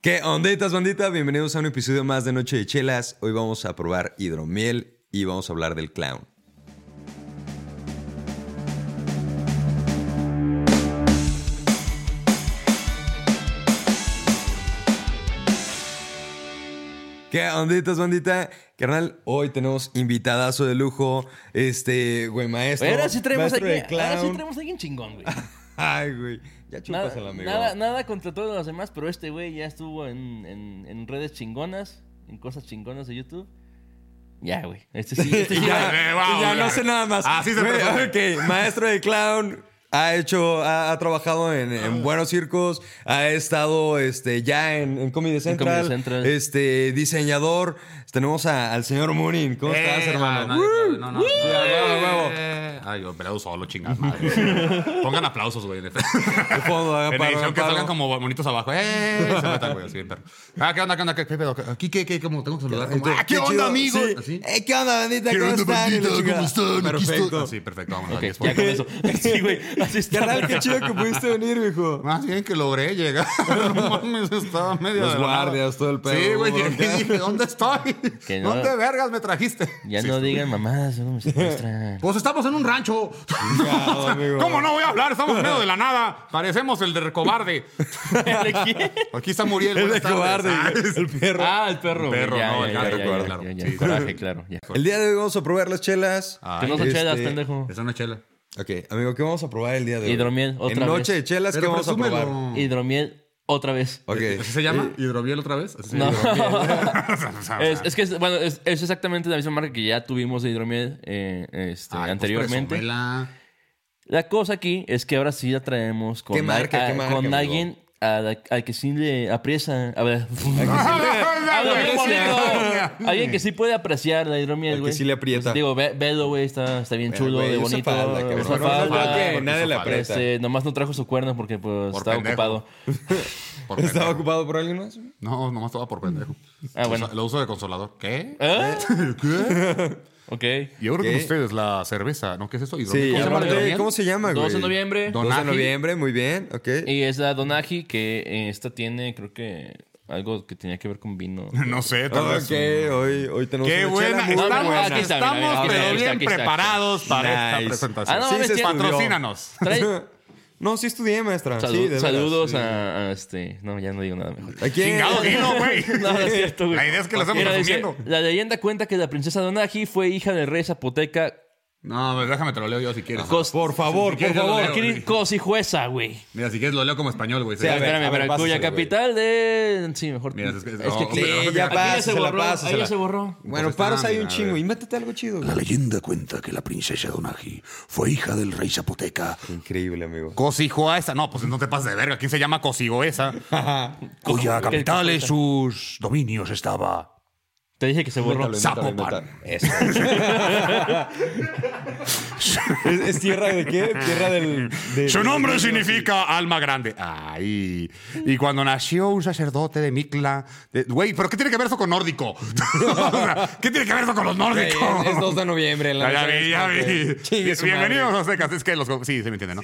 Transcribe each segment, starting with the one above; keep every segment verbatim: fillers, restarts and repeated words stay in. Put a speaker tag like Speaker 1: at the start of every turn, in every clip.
Speaker 1: ¿Qué onditas, bandita? Bienvenidos a un episodio más de Noche de Chelas. Hoy vamos a probar hidromiel y vamos a hablar del clown. ¿Qué onditas, bandita? Carnal, hoy tenemos invitadazo de lujo, este, güey, maestro.
Speaker 2: Ahora sí traemos
Speaker 1: maestro
Speaker 2: aquí,
Speaker 1: de clown.
Speaker 2: ahora sí traemos a alguien chingón, güey.
Speaker 1: Ay, güey, ya chupas
Speaker 2: Nada,
Speaker 1: el amigo.
Speaker 2: nada, nada contra todos los demás, pero este güey ya estuvo en, en, en redes chingonas, en cosas chingonas de YouTube. Ya, güey. Este sí, este sí.
Speaker 1: ya,
Speaker 2: ya,
Speaker 1: eh, wow, ya
Speaker 3: ya.
Speaker 1: no sé nada más.
Speaker 3: Así se
Speaker 1: Güey,
Speaker 3: presume.
Speaker 1: ok, maestro de clown. Ha hecho, ha, ha trabajado en, en buenos circos, ha estado este, ya en, en Comedy Central,
Speaker 2: Comedy Central.
Speaker 1: este, diseñador. Tenemos a- al señor Moonin. ¿Cómo
Speaker 3: Eh,
Speaker 1: estás, hermano?
Speaker 3: No, no, no. no.
Speaker 1: Sí, a huevo, a huevo.
Speaker 3: Eh, Ay, yo pelado solo, chingada madre. Pongan aplausos, güey. En
Speaker 1: De fondo, haga
Speaker 3: edición
Speaker 1: paro,
Speaker 3: que
Speaker 1: paro.
Speaker 3: salgan como bonitos abajo. ¡Eh! Se metan, güey, así bien perro. Ah, ¿qué onda, qué onda? ¿Qué, qué pedo? Aquí, ¿qué, qué? ¿Cómo tengo que saludar? Como, ah, ¿qué,
Speaker 1: Qué
Speaker 3: onda,
Speaker 1: chido.
Speaker 3: amigo?
Speaker 1: Sí.
Speaker 3: Así.
Speaker 1: Eh, ¿Qué onda, bandita?
Speaker 3: ¿Qué
Speaker 1: ¿Cómo
Speaker 3: onda,
Speaker 1: están?
Speaker 3: bandita?
Speaker 1: Y la chingada.
Speaker 3: ¿Cómo están? Aquí
Speaker 1: Perfecto.
Speaker 3: Así, perfecto. Vamos
Speaker 2: Ok,
Speaker 3: a diez
Speaker 2: ya con eso. Sí, güey. Así está.
Speaker 1: Carnal, qué chido que pudiste venir, viejo.
Speaker 3: Más bien que logré llegar. No mames, estaba medio
Speaker 1: Los
Speaker 3: de la nada.
Speaker 1: guardias, todo el pedo.
Speaker 3: Sí, güey,
Speaker 1: ¿no?
Speaker 3: llegué y dije, ¿dónde estoy?
Speaker 2: Que no.
Speaker 3: ¿Dónde vergas me trajiste?
Speaker 2: Ya
Speaker 3: Sí,
Speaker 2: no
Speaker 3: estoy-
Speaker 2: digan mamadas, no me secuestran.
Speaker 3: Pues estamos en un rancho.
Speaker 1: Chingado, amigo.
Speaker 3: ¿Cómo no voy a hablar? Estamos en medio de la nada. Parecemos el de cobarde.
Speaker 2: ¿De quién?
Speaker 3: Aquí está Muriel.
Speaker 1: El de
Speaker 3: buenas tardes.
Speaker 1: cobarde,
Speaker 3: Ah,
Speaker 1: el perro.
Speaker 2: Ah, el perro.
Speaker 3: El
Speaker 2: güey.
Speaker 3: perro,
Speaker 2: ya,
Speaker 3: no,
Speaker 2: ya,
Speaker 3: el
Speaker 2: ya,
Speaker 3: perro,
Speaker 2: ya,
Speaker 3: claro,
Speaker 2: ya,
Speaker 3: claro.
Speaker 2: ya, ya.
Speaker 3: Sí, sí,
Speaker 2: Coraje,
Speaker 3: sí.
Speaker 2: claro. Ya.
Speaker 1: El día de hoy vamos a probar las chelas.
Speaker 3: Ay,
Speaker 2: Que no son
Speaker 1: este-
Speaker 2: chelas, pendejo.
Speaker 3: Es una chela.
Speaker 1: Ok, amigo, ¿qué vamos a probar el día de hoy?
Speaker 2: Hidromiel, otra
Speaker 1: En
Speaker 2: vez.
Speaker 1: Noche de Chelas, ¿qué
Speaker 3: Pero
Speaker 1: vamos a
Speaker 3: presúmelo.
Speaker 1: probar?
Speaker 2: Hidromiel otra vez.
Speaker 1: Ok.
Speaker 3: ¿Así se llama? ¿Hidromiel otra vez? ¿Así se
Speaker 2: No.
Speaker 3: llama?
Speaker 2: Es, es que, es, bueno, es, es exactamente la misma marca que ya tuvimos de hidromiel eh, este,
Speaker 3: Ay, pues
Speaker 2: anteriormente.
Speaker 3: presúmela.
Speaker 2: La cosa aquí es que ahora sí la traemos con,
Speaker 1: ¿Qué marca,
Speaker 2: a-
Speaker 1: qué marca,
Speaker 2: con
Speaker 1: amigo?
Speaker 2: alguien al, al que sí le apriesa. A ver.
Speaker 3: Ah,
Speaker 2: Hablo bien
Speaker 3: aprecia.
Speaker 2: bonito. Alguien que sí puede apreciar la hidromiel,
Speaker 1: Al que
Speaker 2: güey.
Speaker 1: sí le aprieta.
Speaker 2: Pues, digo, ve- velo, güey, está, está bien
Speaker 1: Bueno,
Speaker 2: chulo,
Speaker 1: güey,
Speaker 2: de
Speaker 1: usa
Speaker 2: bonito.
Speaker 1: falda, cabrón.
Speaker 2: usa
Speaker 1: No, no,
Speaker 2: falda.
Speaker 1: no, que
Speaker 3: porque
Speaker 1: nadie
Speaker 3: usa
Speaker 1: le
Speaker 3: falda.
Speaker 1: aprieta.
Speaker 2: Este, nomás no trajo su cuerno porque pues
Speaker 3: Por
Speaker 2: estaba
Speaker 3: pendejo.
Speaker 2: ocupado.
Speaker 3: Por
Speaker 1: ¿Estaba
Speaker 3: pendejo.
Speaker 1: ocupado por alguien más?
Speaker 3: No, nomás estaba por pendejo.
Speaker 2: Ah, bueno.
Speaker 3: Lo uso de consolador. ¿Qué?
Speaker 2: ¿Eh?
Speaker 3: ¿Qué?
Speaker 2: Ok.
Speaker 3: Y ahora
Speaker 1: ¿Qué?
Speaker 3: con ustedes la cerveza, ¿no? ¿Qué es eso?
Speaker 1: Sí,
Speaker 3: ¿Cómo se llama?
Speaker 1: aparte,
Speaker 3: ¿Hidromiel?
Speaker 1: ¿cómo se llama, güey?
Speaker 2: dos de noviembre.
Speaker 3: Don-
Speaker 1: dos de
Speaker 3: Donaji.
Speaker 1: noviembre, muy bien, ok.
Speaker 2: Y es la Donaji que eh, esta tiene, creo que algo que tenía que ver con vino.
Speaker 3: No sé, tal
Speaker 1: Ok,
Speaker 3: vez.
Speaker 1: hoy, hoy tenemos
Speaker 3: Qué
Speaker 1: una
Speaker 3: buena.
Speaker 1: chela muy
Speaker 2: No,
Speaker 3: Estamos,
Speaker 2: no,
Speaker 1: buena.
Speaker 2: aquí está,
Speaker 3: estamos
Speaker 2: mira, mira,
Speaker 3: pero
Speaker 2: aquí está,
Speaker 3: bien
Speaker 2: aquí está.
Speaker 3: preparados para esta
Speaker 1: Nice.
Speaker 3: presentación.
Speaker 2: Ah, no,
Speaker 1: Sí,
Speaker 2: mames,
Speaker 1: se
Speaker 2: sí.
Speaker 1: estudió.
Speaker 3: Patrocínanos.
Speaker 2: Trae-
Speaker 1: No, sí estudié, maestra.
Speaker 2: Salud-
Speaker 1: sí, de veras,
Speaker 2: saludos
Speaker 1: sí.
Speaker 2: a, a este. No, ya no digo nada mejor.
Speaker 1: ¿A quién?
Speaker 3: Chingado, dilo, güey.
Speaker 2: No, no es cierto, güey.
Speaker 3: La idea es que lo estamos
Speaker 2: Mira, dice,
Speaker 3: asumiendo.
Speaker 2: la leyenda cuenta que la princesa Donaji fue hija del rey zapoteca
Speaker 3: No, pues déjame te lo leo yo si quieres.
Speaker 2: Cos-
Speaker 1: Por favor,
Speaker 3: Si
Speaker 1: por
Speaker 3: quieres, yo lo
Speaker 1: favor.
Speaker 3: leo.
Speaker 2: Cri- Cosijueza, güey.
Speaker 3: Mira, si quieres lo leo como español, güey.
Speaker 1: Sí, a ver,
Speaker 2: Espérame,
Speaker 1: a ver,
Speaker 2: pero
Speaker 1: pásaselo,
Speaker 2: cuya
Speaker 1: güey.
Speaker 2: capital de... Sí, mejor.
Speaker 3: Mira, es que-
Speaker 2: es
Speaker 3: no,
Speaker 2: que
Speaker 3: hombre,
Speaker 1: Sí,
Speaker 3: no,
Speaker 1: ya
Speaker 2: aquí ya se
Speaker 1: pásasela,
Speaker 2: borró. Ahí
Speaker 1: pásasela.
Speaker 2: ya se borró.
Speaker 1: Bueno,
Speaker 3: Pues
Speaker 1: paros
Speaker 3: está,
Speaker 1: hay un
Speaker 3: mira,
Speaker 1: chingo.
Speaker 3: a ver.
Speaker 1: Invéntate algo chido.
Speaker 4: La
Speaker 1: güey.
Speaker 4: leyenda cuenta que la princesa Donaji fue hija del rey zapoteca,
Speaker 1: Increíble, amigo.
Speaker 3: Cosijoesa. No, pues no te pases de verga. ¿Quién se llama Cosigoesa?
Speaker 4: cuya
Speaker 2: ¿Qué-
Speaker 4: capital
Speaker 2: qué
Speaker 4: en sus dominios estaba.
Speaker 2: Te dije que se borró.
Speaker 1: Invéntalo, invéntalo,
Speaker 3: Zapopan.
Speaker 1: invéntalo. Eso. ¿Es, es tierra de qué? Tierra del... de-
Speaker 3: Su
Speaker 1: de-
Speaker 3: nombre
Speaker 1: de-
Speaker 3: significa alma grande. Ay. Y cuando nació un sacerdote de Mikla. de- Güey, ¿pero qué tiene que ver eso con nórdico? O sea, ¿qué tiene que ver eso con los
Speaker 1: Güey,
Speaker 3: nórdicos?
Speaker 1: es, es dos de noviembre. La
Speaker 3: Ya, ya
Speaker 1: neta,
Speaker 3: vi,
Speaker 1: es
Speaker 3: ya
Speaker 1: como que
Speaker 3: vi.
Speaker 1: chingue su
Speaker 3: Bienvenidos
Speaker 1: madre.
Speaker 3: a Secas. Es que los. Sí, se me entiende, ¿no?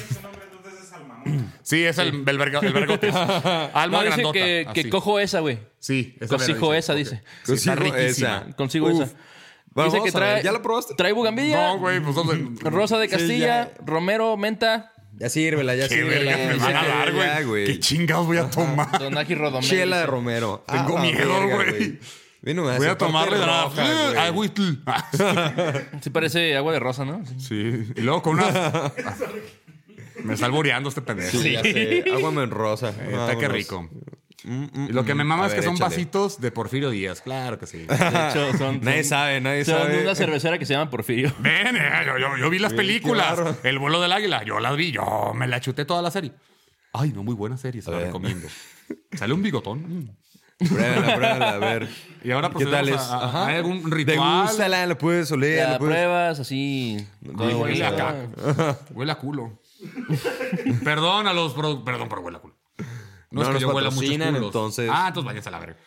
Speaker 3: Sí, es el, el, verga- el vergotes. Alma
Speaker 2: No, dice
Speaker 3: grandota.
Speaker 2: que, que
Speaker 3: así.
Speaker 2: cojo esa, güey.
Speaker 3: Sí, esa
Speaker 2: Cosijo
Speaker 3: vera,
Speaker 2: esa,
Speaker 3: dice.
Speaker 2: dice.
Speaker 3: Sí, está
Speaker 1: Consigo
Speaker 3: riquísima.
Speaker 1: esa.
Speaker 2: Consigo
Speaker 1: Uf.
Speaker 2: esa.
Speaker 1: Bueno,
Speaker 2: Dice
Speaker 1: vamos
Speaker 2: que
Speaker 1: a ver,
Speaker 2: trae...
Speaker 1: ¿ya la probaste?
Speaker 2: Trae bugambilla,
Speaker 3: No, güey, pues son de-
Speaker 2: rosa de
Speaker 1: Sí,
Speaker 2: Castilla,
Speaker 1: ya.
Speaker 2: romero, menta,
Speaker 1: Ya sírvela, ya
Speaker 3: ¿Qué
Speaker 1: sírvela.
Speaker 3: verga me van a
Speaker 1: ya,
Speaker 3: dar,
Speaker 1: ya,
Speaker 3: güey? ¿Qué chingados voy a tomar?
Speaker 2: Donaji Rodomel.
Speaker 1: Chela de
Speaker 2: dice.
Speaker 1: Romero.
Speaker 3: Tengo
Speaker 1: la
Speaker 3: miedo,
Speaker 1: verga,
Speaker 3: güey.
Speaker 1: Ve nomás,
Speaker 3: Voy a
Speaker 1: aparte
Speaker 3: tomarle de la.
Speaker 1: roja, güey.
Speaker 3: Agüitl.
Speaker 2: Sí parece agua de rosa, ¿no? Sí.
Speaker 3: Sí. Y luego con una. Me está albureando este pendejo.
Speaker 1: Sí, ya sé. Agua en rosa.
Speaker 3: Está que
Speaker 1: Vámonos.
Speaker 3: rico.
Speaker 1: Mm, mm,
Speaker 3: Y lo que me
Speaker 1: mm.
Speaker 3: mama
Speaker 1: A
Speaker 3: es que
Speaker 1: ver,
Speaker 3: son
Speaker 1: échale.
Speaker 3: vasitos de Porfirio Díaz. Claro que sí.
Speaker 2: De hecho, son,
Speaker 1: Nadie
Speaker 2: son-
Speaker 1: sabe, nadie
Speaker 2: son
Speaker 1: sabe.
Speaker 2: una cervecera que se llama Porfirio.
Speaker 3: Ven, eh, yo, yo, yo vi las películas.
Speaker 1: claro.
Speaker 3: El vuelo del águila. Yo las vi. Yo me la chuté toda la serie. Ay, no, muy buena serie. Se
Speaker 1: A
Speaker 3: la
Speaker 1: ver.
Speaker 3: recomiendo. Sale un bigotón. Mm.
Speaker 1: Pruébala, pruébala, a ver.
Speaker 3: Y ahora
Speaker 1: ¿Qué tal
Speaker 3: procedemos
Speaker 1: es?
Speaker 3: a- a-
Speaker 1: Ajá.
Speaker 3: ¿hay algún ritual?
Speaker 1: Degústala, la puedes oler.
Speaker 2: La
Speaker 1: la puedes...
Speaker 2: pruebas así.
Speaker 3: Huele
Speaker 2: Huele
Speaker 3: a caca. Huele a culo. Perdón a los produ- Perdón por huele a culo. No,
Speaker 1: No
Speaker 3: es que
Speaker 1: nos
Speaker 3: yo huela muchos
Speaker 1: patrocinan,
Speaker 3: culos.
Speaker 1: entonces-
Speaker 3: Ah, entonces váyanse a la verga.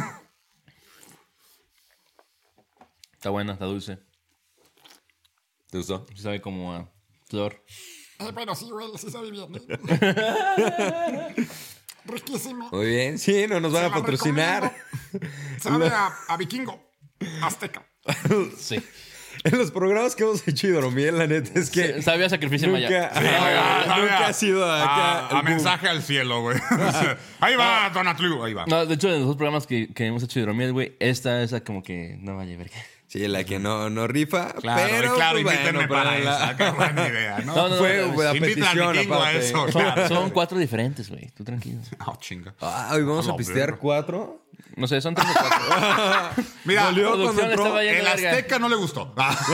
Speaker 2: Está buena, está dulce.
Speaker 1: ¿Te gustó?
Speaker 2: Sí sabe como a flor.
Speaker 5: Eh, bueno, sí, güey, sí sabe bien. ¿eh? Riquísimo.
Speaker 1: Muy bien. Sí, no nos van
Speaker 5: Se
Speaker 1: a
Speaker 5: la
Speaker 1: patrocinar.
Speaker 5: Sabe a, a vikingo. Azteca.
Speaker 2: Sí.
Speaker 1: En los programas que hemos hecho Hidromiel, la neta es que
Speaker 2: Sabía a sacrificio
Speaker 1: nunca,
Speaker 2: maya.
Speaker 3: Sí, oiga,
Speaker 1: nunca
Speaker 3: oiga.
Speaker 1: ha sido acá.
Speaker 3: A,
Speaker 1: el
Speaker 3: a
Speaker 1: boom.
Speaker 3: mensaje al cielo, güey. Ahí va, Donatlu. Ahí va.
Speaker 2: No, de hecho, en los dos programas que, que hemos hecho hidromiel, güey, esta es como que no vaya a ver qué.
Speaker 1: Sí, la que no, no rifa.
Speaker 3: Claro,
Speaker 1: pero,
Speaker 3: y claro,
Speaker 1: pues,
Speaker 3: invítenme
Speaker 1: bueno,
Speaker 3: para
Speaker 1: pero la-
Speaker 3: esa. Qué buena idea, ¿no?
Speaker 2: No, no, no,
Speaker 1: Fue
Speaker 2: no,
Speaker 1: fue a
Speaker 3: Invita al
Speaker 1: petición,
Speaker 3: vikingo a
Speaker 1: aparte.
Speaker 3: eso.
Speaker 2: Son,
Speaker 3: Claro.
Speaker 2: son cuatro diferentes, güey. Tú tranquilo.
Speaker 3: Oh, chinga.
Speaker 1: Ah, hoy vamos
Speaker 3: A
Speaker 1: a
Speaker 3: la
Speaker 1: pistear
Speaker 3: verga.
Speaker 1: cuatro.
Speaker 2: No sé, son tres o cuatro.
Speaker 3: Mira,
Speaker 1: Dolió cuando
Speaker 2: producción
Speaker 1: entró.
Speaker 2: estaba yendo
Speaker 3: el
Speaker 2: verga.
Speaker 3: Azteca no le gustó.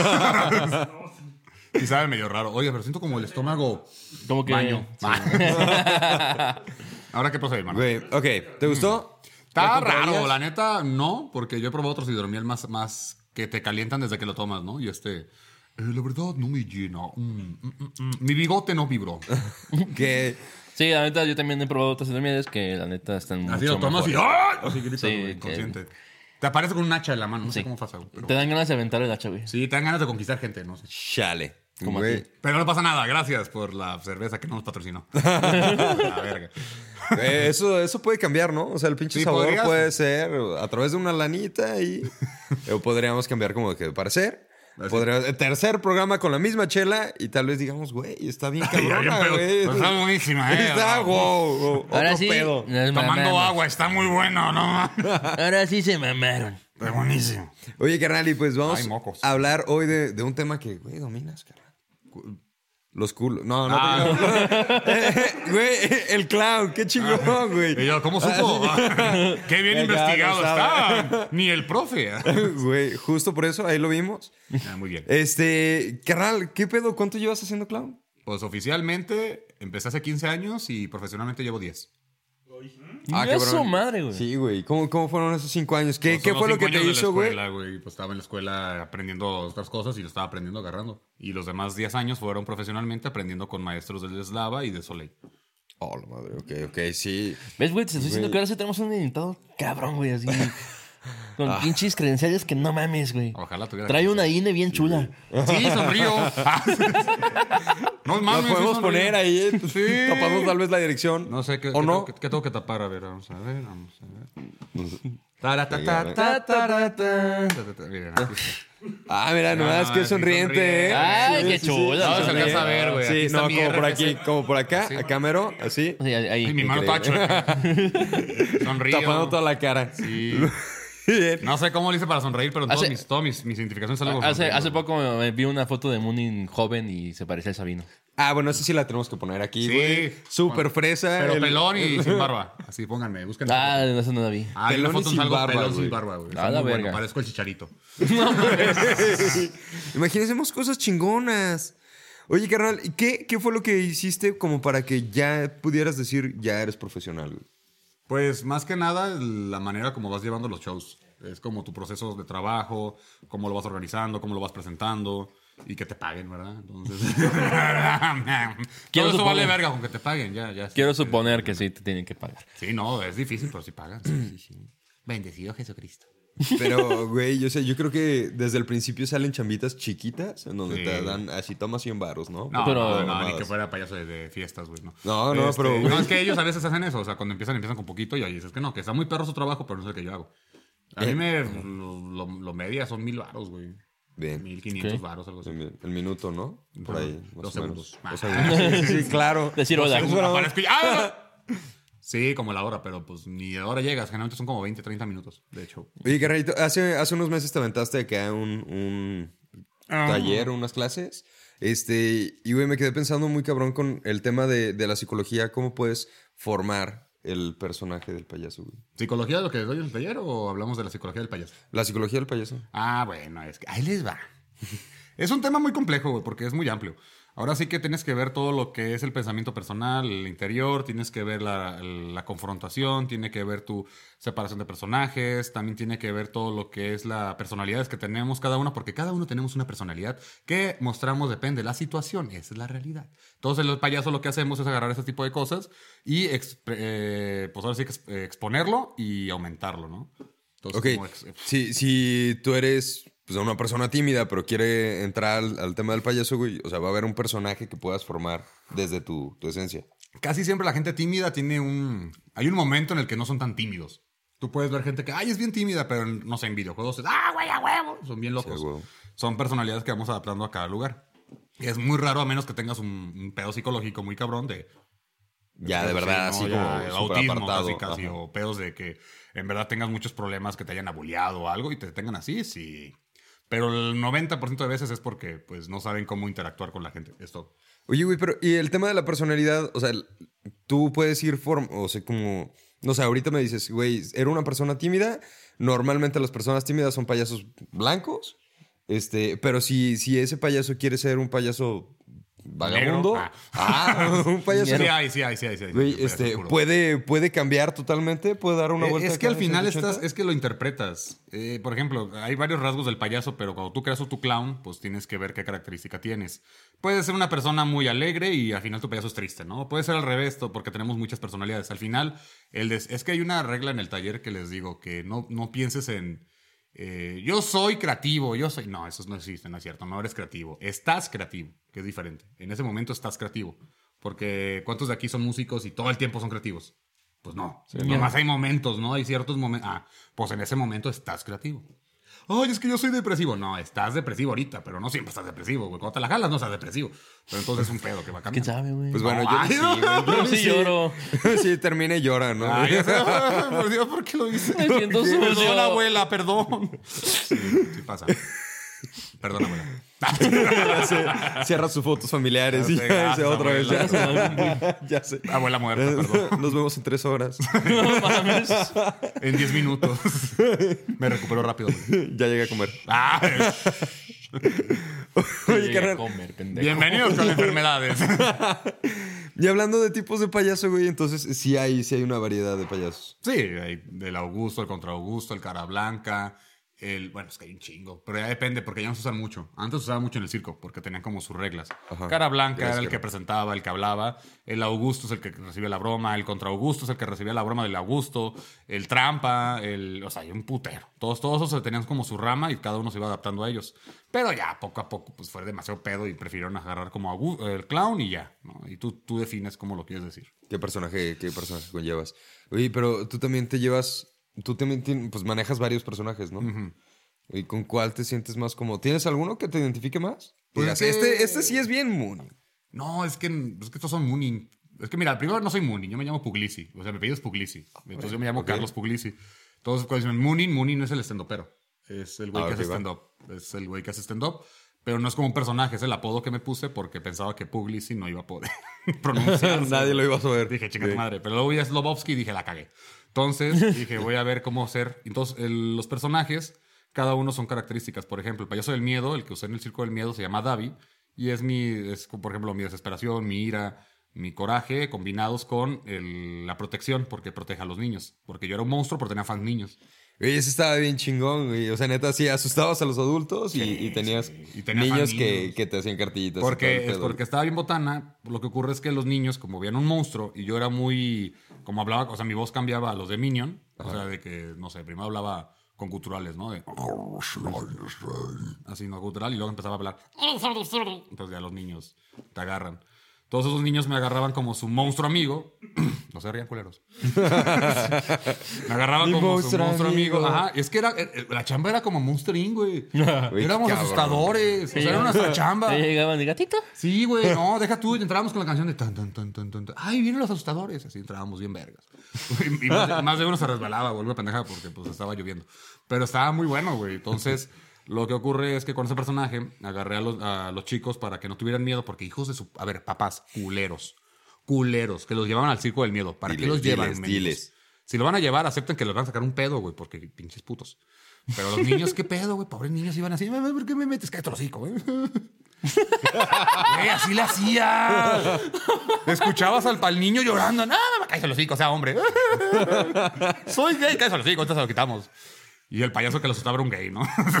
Speaker 3: Y sabe medio raro. Oye, pero siento como el estómago
Speaker 2: Como que.
Speaker 3: baño. Ahora qué procede, hermano.
Speaker 1: Güey, ok, ¿te gustó?
Speaker 3: Está
Speaker 1: ¿La
Speaker 3: raro,
Speaker 1: comprarías?
Speaker 3: la neta, no, porque yo he probado otros hidromiel más, más que te calientan desde que lo tomas, ¿no? Y este, eh, la verdad no me llena. Mm, mm, mm, mm. Mi bigote no vibró.
Speaker 1: Que
Speaker 2: Sí, la neta, yo también he probado otras hidromieles que la neta están
Speaker 3: Así
Speaker 2: mucho
Speaker 3: lo tomas y
Speaker 2: mejores.
Speaker 3: ¡ay! Así gritas,
Speaker 2: Sí,
Speaker 3: güey,
Speaker 2: que-
Speaker 3: inconsciente. Te aparece con un hacha en la mano, no sé
Speaker 2: Sí.
Speaker 3: cómo pasa, güey, pero...
Speaker 2: Te dan ganas de aventar el hacha, güey.
Speaker 3: Sí, te dan ganas de conquistar gente, no sé.
Speaker 1: chale.
Speaker 2: Como a
Speaker 1: Güey.
Speaker 2: ti.
Speaker 3: Pero no pasa nada, gracias por la cerveza que no nos patrocinó. La verga.
Speaker 1: Eh, Eso, eso puede cambiar, ¿no? O sea, el pinche
Speaker 3: Sí,
Speaker 1: sabor
Speaker 3: podrías.
Speaker 1: puede ser a través de una lanita y o podríamos cambiar como de que de parecer.
Speaker 3: Así.
Speaker 1: Podríamos, el tercer programa con la misma chela y tal vez digamos, güey, está bien
Speaker 3: Ya, bien
Speaker 1: cabrona,
Speaker 3: pedo.
Speaker 1: güey.
Speaker 3: Está buenísima, eh.
Speaker 1: Está wow, wow,
Speaker 2: Ahora
Speaker 1: otro
Speaker 2: sí.
Speaker 1: pedo.
Speaker 2: nos
Speaker 3: Tomando
Speaker 2: mamamos.
Speaker 3: agua, está muy bueno, ¿no?
Speaker 2: Ahora sí se mamaron.
Speaker 3: Está buenísimo.
Speaker 1: Oye, carnal, y pues vamos
Speaker 3: Ay, mocos.
Speaker 1: a hablar hoy de, de un tema que, güey, dominas, carnal. Cu- Los culos. No, no
Speaker 3: Ah.
Speaker 1: te Güey, el clown, qué chingón, güey.
Speaker 3: Y yo, ¿cómo supo? Qué bien
Speaker 1: Ya,
Speaker 3: investigado
Speaker 1: ya lo
Speaker 3: está. Ni el profe.
Speaker 1: Güey, justo por eso, ahí lo vimos.
Speaker 3: Ah, muy bien.
Speaker 1: Este, carnal, ¿qué pedo? ¿Cuánto llevas haciendo clown?
Speaker 3: Pues oficialmente empecé hace quince años y profesionalmente llevo diez.
Speaker 1: Ah,
Speaker 2: ¡Es su
Speaker 1: cabrón.
Speaker 2: madre, güey!
Speaker 1: Sí, güey. ¿Cómo, ¿Cómo fueron esos cinco años? ¿Qué,
Speaker 3: Pues
Speaker 1: ¿qué
Speaker 3: son
Speaker 1: fue
Speaker 3: los
Speaker 1: lo que
Speaker 3: cinco
Speaker 1: te
Speaker 3: años de
Speaker 1: hizo,
Speaker 3: la
Speaker 1: güey?
Speaker 3: escuela, güey? Pues estaba en la escuela aprendiendo otras cosas y lo estaba aprendiendo agarrando. Y los demás diez años fueron profesionalmente aprendiendo con maestros del Eslava y de Soleil.
Speaker 1: Oh, la madre, ok, ok, sí.
Speaker 2: ¿Ves, güey? Te estoy diciendo
Speaker 1: Güey.
Speaker 2: que ahora sí tenemos un invitado cabrón, güey, así. Con
Speaker 1: Ah.
Speaker 2: pinches credenciales que no mames, güey.
Speaker 3: Ojalá tuviera.
Speaker 2: Trae
Speaker 3: quince.
Speaker 2: una I N E bien chula.
Speaker 3: Sí, sonrío. no
Speaker 1: Lo
Speaker 3: mames. sí
Speaker 1: podemos
Speaker 3: sonrío.
Speaker 1: poner ahí. pues,
Speaker 3: Sí.
Speaker 1: Tapamos tal vez la dirección.
Speaker 3: No sé qué,
Speaker 1: ¿O
Speaker 3: qué
Speaker 1: no?
Speaker 3: tengo, qué, qué tengo que tapar. A ver, vamos a ver, vamos a ver. Miren, aquí está.
Speaker 1: Ah, mira, nomás
Speaker 3: Ah,
Speaker 1: que
Speaker 3: sí,
Speaker 1: sonriente,
Speaker 3: sonríe.
Speaker 1: ¿eh?
Speaker 2: Ay,
Speaker 1: Sí,
Speaker 2: qué
Speaker 1: sí, sí.
Speaker 2: chula.
Speaker 3: No, se
Speaker 2: sonríe.
Speaker 3: alcanza a ver, güey. Aquí
Speaker 1: Sí,
Speaker 3: está
Speaker 1: no,
Speaker 3: mi
Speaker 1: como por
Speaker 3: R F C.
Speaker 1: aquí, como por acá,
Speaker 3: Sí.
Speaker 1: a cámara, así.
Speaker 2: Sí, ahí. ahí.
Speaker 3: Ay, mi mano
Speaker 1: Increíble.
Speaker 3: tacho. Sonrío.
Speaker 1: Tapando toda la cara.
Speaker 3: Sí.
Speaker 1: Bien.
Speaker 3: No sé cómo lo hice para sonreír, pero en todas
Speaker 2: Hace-
Speaker 3: mis, todas mis, mis identificaciones salgo
Speaker 2: Hace,
Speaker 3: sonriendo.
Speaker 2: hace poco me vi una foto de Moonin joven y se parecía al Sabino.
Speaker 1: Ah, bueno, esa sí la tenemos que poner aquí,
Speaker 3: Sí.
Speaker 1: güey. Súper fresa.
Speaker 3: Pero
Speaker 1: el-
Speaker 3: pelón y sin barba. Así, pónganme, busquen.
Speaker 2: Ah, esa no la vi.
Speaker 3: Ah, hay una
Speaker 1: pelón y
Speaker 3: foto
Speaker 1: sin
Speaker 3: en salgo
Speaker 1: barba,
Speaker 3: pelón
Speaker 1: güey.
Speaker 3: sin barba, güey.
Speaker 2: Ah,
Speaker 3: Está
Speaker 2: la
Speaker 3: muy bueno,
Speaker 2: verga.
Speaker 3: parezco el chicharito.
Speaker 1: Imaginémonos cosas chingonas. Oye, carnal, ¿y qué, qué fue lo que hiciste como para que ya pudieras decir ya eres profesional, güey?
Speaker 3: Pues más que nada la manera como vas llevando los shows. Es como tu proceso de trabajo, cómo lo vas organizando, cómo lo vas presentando y que te paguen, ¿verdad? Entonces...
Speaker 2: Quiero
Speaker 3: Todo eso vale
Speaker 2: suponer-
Speaker 3: verga con que te paguen, ya, ya.
Speaker 2: Quiero suponer que sí te tienen que pagar.
Speaker 3: Sí, no, es difícil, pero sí pagan. Sí, sí, sí. Bendecido Jesucristo.
Speaker 1: Pero, güey, yo sé, yo creo que desde el principio salen chambitas chiquitas en donde
Speaker 3: Sí.
Speaker 1: te dan así tomas cien varos, ¿no?
Speaker 3: No,
Speaker 2: Pero-
Speaker 3: no, no,
Speaker 1: Mamadas.
Speaker 3: ni que fuera payaso de, de fiestas, güey, no.
Speaker 1: No, no,
Speaker 3: Este,
Speaker 1: pero,
Speaker 3: No,
Speaker 1: güey.
Speaker 3: es que ellos a veces hacen eso, o sea, cuando empiezan, empiezan con poquito y ahí dices que no, que está muy perro su trabajo, pero no es el que yo hago. A
Speaker 1: Eh.
Speaker 3: mí me, lo, lo, lo media son mil varos, güey.
Speaker 1: Bien.
Speaker 3: Mil quinientos
Speaker 2: Ok.
Speaker 3: varos, algo así.
Speaker 1: El, el minuto, ¿no? Por ahí, más
Speaker 3: Dos
Speaker 1: o menos.
Speaker 3: segundos.
Speaker 1: Dos segundos. Sí, sí, claro.
Speaker 2: Decir hola.
Speaker 3: Según aparezco y- ¡ah! Sí, como la hora, pero pues ni de hora llegas. Generalmente son como veinte, treinta minutos, de hecho.
Speaker 1: Oye, carnalito, hace, hace unos meses te aventaste acá un, un taller, unas clases. Este, y güey, me quedé pensando muy cabrón con el tema de, de la psicología. ¿Cómo puedes formar el personaje del payaso, güey?
Speaker 3: ¿Psicología de lo que doy en el taller o hablamos de la psicología del payaso?
Speaker 1: La psicología del payaso.
Speaker 3: Ah, bueno, es que ahí les va. Es un tema muy complejo, güey, porque es muy amplio. Ahora sí que tienes que ver todo lo que es el pensamiento personal, el interior, tienes que ver la, la confrontación, tiene que ver tu separación de personajes, también tiene que ver todo lo que es la personalidades que tenemos cada uno, porque cada uno tenemos una personalidad que mostramos, depende de la situación, esa es la realidad. Entonces, el payaso lo que hacemos es agarrar ese tipo de cosas y exp- eh, pues ahora sí que exp- eh, exponerlo y aumentarlo, ¿no? Entonces,
Speaker 1: Ok,
Speaker 3: como ex-
Speaker 1: si, si tú eres pues, una persona tímida, pero quiere entrar al, al tema del payaso, güey, o sea, va a haber un personaje que puedas formar desde tu, tu esencia.
Speaker 3: casi siempre la gente tímida tiene un... Hay un momento en el que no son tan tímidos. Tú puedes ver gente que, ay, es bien tímida, pero no sé, en videojuegos es, ah, güey, a huevo. Son bien locos.
Speaker 1: Sí, huevo.
Speaker 3: Son personalidades que vamos adaptando a cada lugar. Y es muy raro a menos que tengas un, un pedo psicológico muy cabrón de...
Speaker 1: Ya, de verdad,
Speaker 3: sí,
Speaker 1: así
Speaker 3: ¿no?
Speaker 1: como
Speaker 3: Ya,
Speaker 1: súper
Speaker 3: autismo,
Speaker 1: apartado.
Speaker 3: casi, casi,
Speaker 1: Ajá.
Speaker 3: o pedos de que en verdad tengas muchos problemas que te hayan abuleado o algo y te tengan así, sí. Pero el noventa por ciento de veces es porque pues no saben cómo interactuar con la gente. Es todo.
Speaker 1: Oye, güey, pero y el tema de la personalidad, o sea, tú puedes ir form, o sea, como, no sé, ahorita me dices, güey, era una persona tímida, normalmente las personas tímidas son payasos blancos, este, pero si, si ese payaso quiere ser un payaso vagabundo,
Speaker 3: Negro.
Speaker 1: ah, un payaso,
Speaker 3: Sí hay, sí hay, sí hay. Sí hay
Speaker 1: güey,
Speaker 3: sí hay,
Speaker 1: este,
Speaker 3: seguro.
Speaker 1: puede, puede cambiar totalmente, puede dar una
Speaker 3: Eh,
Speaker 1: vuelta.
Speaker 3: Es
Speaker 1: de
Speaker 3: que al
Speaker 1: cada
Speaker 3: final
Speaker 1: ciento ochenta.
Speaker 3: estás, es que lo interpretas. Eh, por ejemplo, hay varios rasgos del payaso, pero cuando tú creas tu clown, pues tienes que ver qué característica tienes. Puede ser una persona muy alegre y al final tu payaso es triste, ¿no? Puede ser al revés, to- porque tenemos muchas personalidades. Al final, el des- es que hay una regla en el taller que les digo, que no, no pienses en... eh, yo soy creativo, yo soy... No, eso no existe, no es cierto, no eres creativo. Estás creativo, que es diferente. En ese momento estás creativo. Porque ¿cuántos de aquí son músicos y todo el tiempo son creativos? Pues no. Nomás hay momentos, ¿no? Hay ciertos momentos. Ah, pues en ese momento estás creativo. Ay, es que yo soy depresivo. No, estás depresivo ahorita, pero no siempre estás depresivo, güey. Cuando te la jalas no estás depresivo. Pero entonces es un pedo que va a
Speaker 2: ¿Quién
Speaker 3: cambiar.
Speaker 2: sabe, güey?
Speaker 1: Pues bueno,
Speaker 3: No,
Speaker 1: yo
Speaker 3: ay,
Speaker 1: sí, güey,
Speaker 2: Yo
Speaker 1: yo
Speaker 2: sí lloro.
Speaker 1: Sí, termina y llora, ¿no?
Speaker 3: Ay, ya sé. Ay, por Dios, ¿por qué lo hice?
Speaker 2: Me siento
Speaker 3: Sí,
Speaker 2: sucio.
Speaker 3: Perdón, abuela, perdón. Sí, sí pasa. Perdón, abuela.
Speaker 1: Cierra sus fotos familiares y
Speaker 3: Ya sé,
Speaker 1: ya
Speaker 3: gracias,
Speaker 1: dice otra vez.
Speaker 3: abuela.
Speaker 1: Ya, ya sé.
Speaker 3: Abuela muerta, perdón.
Speaker 1: Nos vemos en tres horas.
Speaker 2: No mames.
Speaker 3: En diez minutos. Me recupero rápido. güey.
Speaker 1: Ya llegué a comer.
Speaker 3: Ay,
Speaker 1: Oye,
Speaker 2: Llegué a
Speaker 1: carnal.
Speaker 2: comer, pendejo.
Speaker 3: bienvenidos con enfermedades.
Speaker 1: Y hablando de tipos de payaso, güey, entonces sí hay, sí hay una variedad de payasos.
Speaker 3: Sí, hay del Augusto, el contra Augusto, el cara blanca, el... Bueno, es que hay un chingo, pero ya depende porque ya no se usan mucho. Antes se usaba mucho en el circo porque tenían como sus reglas.
Speaker 1: Ajá.
Speaker 3: Cara blanca
Speaker 1: Ya es
Speaker 3: era el
Speaker 1: que-
Speaker 3: que presentaba, el que hablaba. El Augusto es el que recibía la broma. El contra Augusto es el que recibía la broma del Augusto. El trampa, el... O sea, hay un putero. Todos, todos esos tenían como su rama y cada uno se iba adaptando a ellos. Pero ya, poco a poco, pues fue demasiado pedo y prefirieron agarrar como Augu- el clown y ya, ¿no? Y tú, tú defines cómo lo quieres decir.
Speaker 1: ¿Qué personaje, qué personaje conllevas? Oye, pero tú también te llevas... Tú también tien- pues manejas varios personajes, ¿no? ¿Y con cuál te sientes más como? ¿Tienes alguno que te identifique más?
Speaker 3: Pues
Speaker 1: Digas,
Speaker 3: que-
Speaker 1: este, este sí es bien Moon.
Speaker 3: No, es que, es que estos son Moonin. Es que mira, primero no soy Moonin, yo me llamo Puglisi. O sea, mi apellido es Puglisi. Entonces yo me llamo
Speaker 1: ok.
Speaker 3: Carlos Puglisi. Entonces cuando dicen Moonin, Moonin no es el estandopero. Es el güey
Speaker 1: Ah,
Speaker 3: que
Speaker 1: ok,
Speaker 3: hace
Speaker 1: va.
Speaker 3: stand-up. Es el güey que hace stand-up. Pero no es como un personaje, es el apodo que me puse porque pensaba que Puglisi no iba a poder pronunciar.
Speaker 1: Nadie lo iba a saber.
Speaker 3: Dije, chica
Speaker 1: Sí.
Speaker 3: tu madre. Pero luego vi a Slobovsky y dije, la cagué. Entonces dije, voy a ver cómo hacer. Entonces, el- los personajes, cada uno son características. Por ejemplo, el payaso del miedo, el que usé en el circo del miedo, se llama Davi. Y es mi, es, por ejemplo, mi desesperación, mi ira, mi coraje, combinados con el- la protección, porque protege a los niños. Porque yo era un monstruo, pero tenía fans niños.
Speaker 1: Oye, ese estaba bien chingón, güey. O sea, neta, sí, asustabas a los adultos y, y tenías
Speaker 3: sí. Y tenía
Speaker 1: niños,
Speaker 3: fan
Speaker 1: que,
Speaker 3: niños.
Speaker 1: que te hacían cartillitas. y todo el
Speaker 3: Porque, es
Speaker 1: pedo.
Speaker 3: porque estaba bien botana. Lo que ocurre es que los niños, como veían un monstruo, y yo era muy. Como hablaba, o sea, mi voz cambiaba a los de Minion. O sea, de que, no sé, primero hablaba con guturales, ¿no? De, así, no, gutural, y luego empezaba a hablar. Entonces ya los niños te agarran. Todos esos niños me agarraban como su monstruo amigo. No se rían, culeros. Me agarraban
Speaker 1: Mi
Speaker 3: como
Speaker 1: monstruo
Speaker 3: su monstruo amigo.
Speaker 1: amigo.
Speaker 3: Ajá. Es que era, eh, eh, la chamba era como Monster incorporated, güey.
Speaker 1: Güey,
Speaker 3: Éramos
Speaker 1: cabrón.
Speaker 3: asustadores. O sea, era nuestra chamba.
Speaker 2: Ahí llegaban de gatito.
Speaker 3: Sí, güey, no, deja tú, y entrábamos con la canción de tan, tan, tan, tan, tan, tan. Ay, vienen los asustadores. Así entrábamos bien vergas. Y, y más, de, más de uno se resbalaba, vuelve pendeja porque pues estaba lloviendo. Pero estaba muy bueno, güey. Entonces, lo que ocurre es que con ese personaje agarré a los, a los chicos para que no tuvieran miedo, porque hijos de su. A ver, papás, culeros. Culeros, que los llevaban al circo del miedo. ¿Para qué
Speaker 1: Diles,
Speaker 3: los llevan?
Speaker 1: diles,
Speaker 3: mendigos?
Speaker 1: diles.
Speaker 3: Si lo van a llevar, acepten que les van a sacar un pedo, güey, porque pinches putos. Pero los niños, ¿qué pedo, güey? Pobres niños iban así. ¿Por qué me metes? Cállate el hocico, güey. Güey, así le hacía. Escuchabas al pal niño llorando. No, no, cállate el hocico, o sea, hombre. Soy gay, cállate el hocico, entonces lo quitamos. Y el payaso que lo asustaba era un gay, ¿no?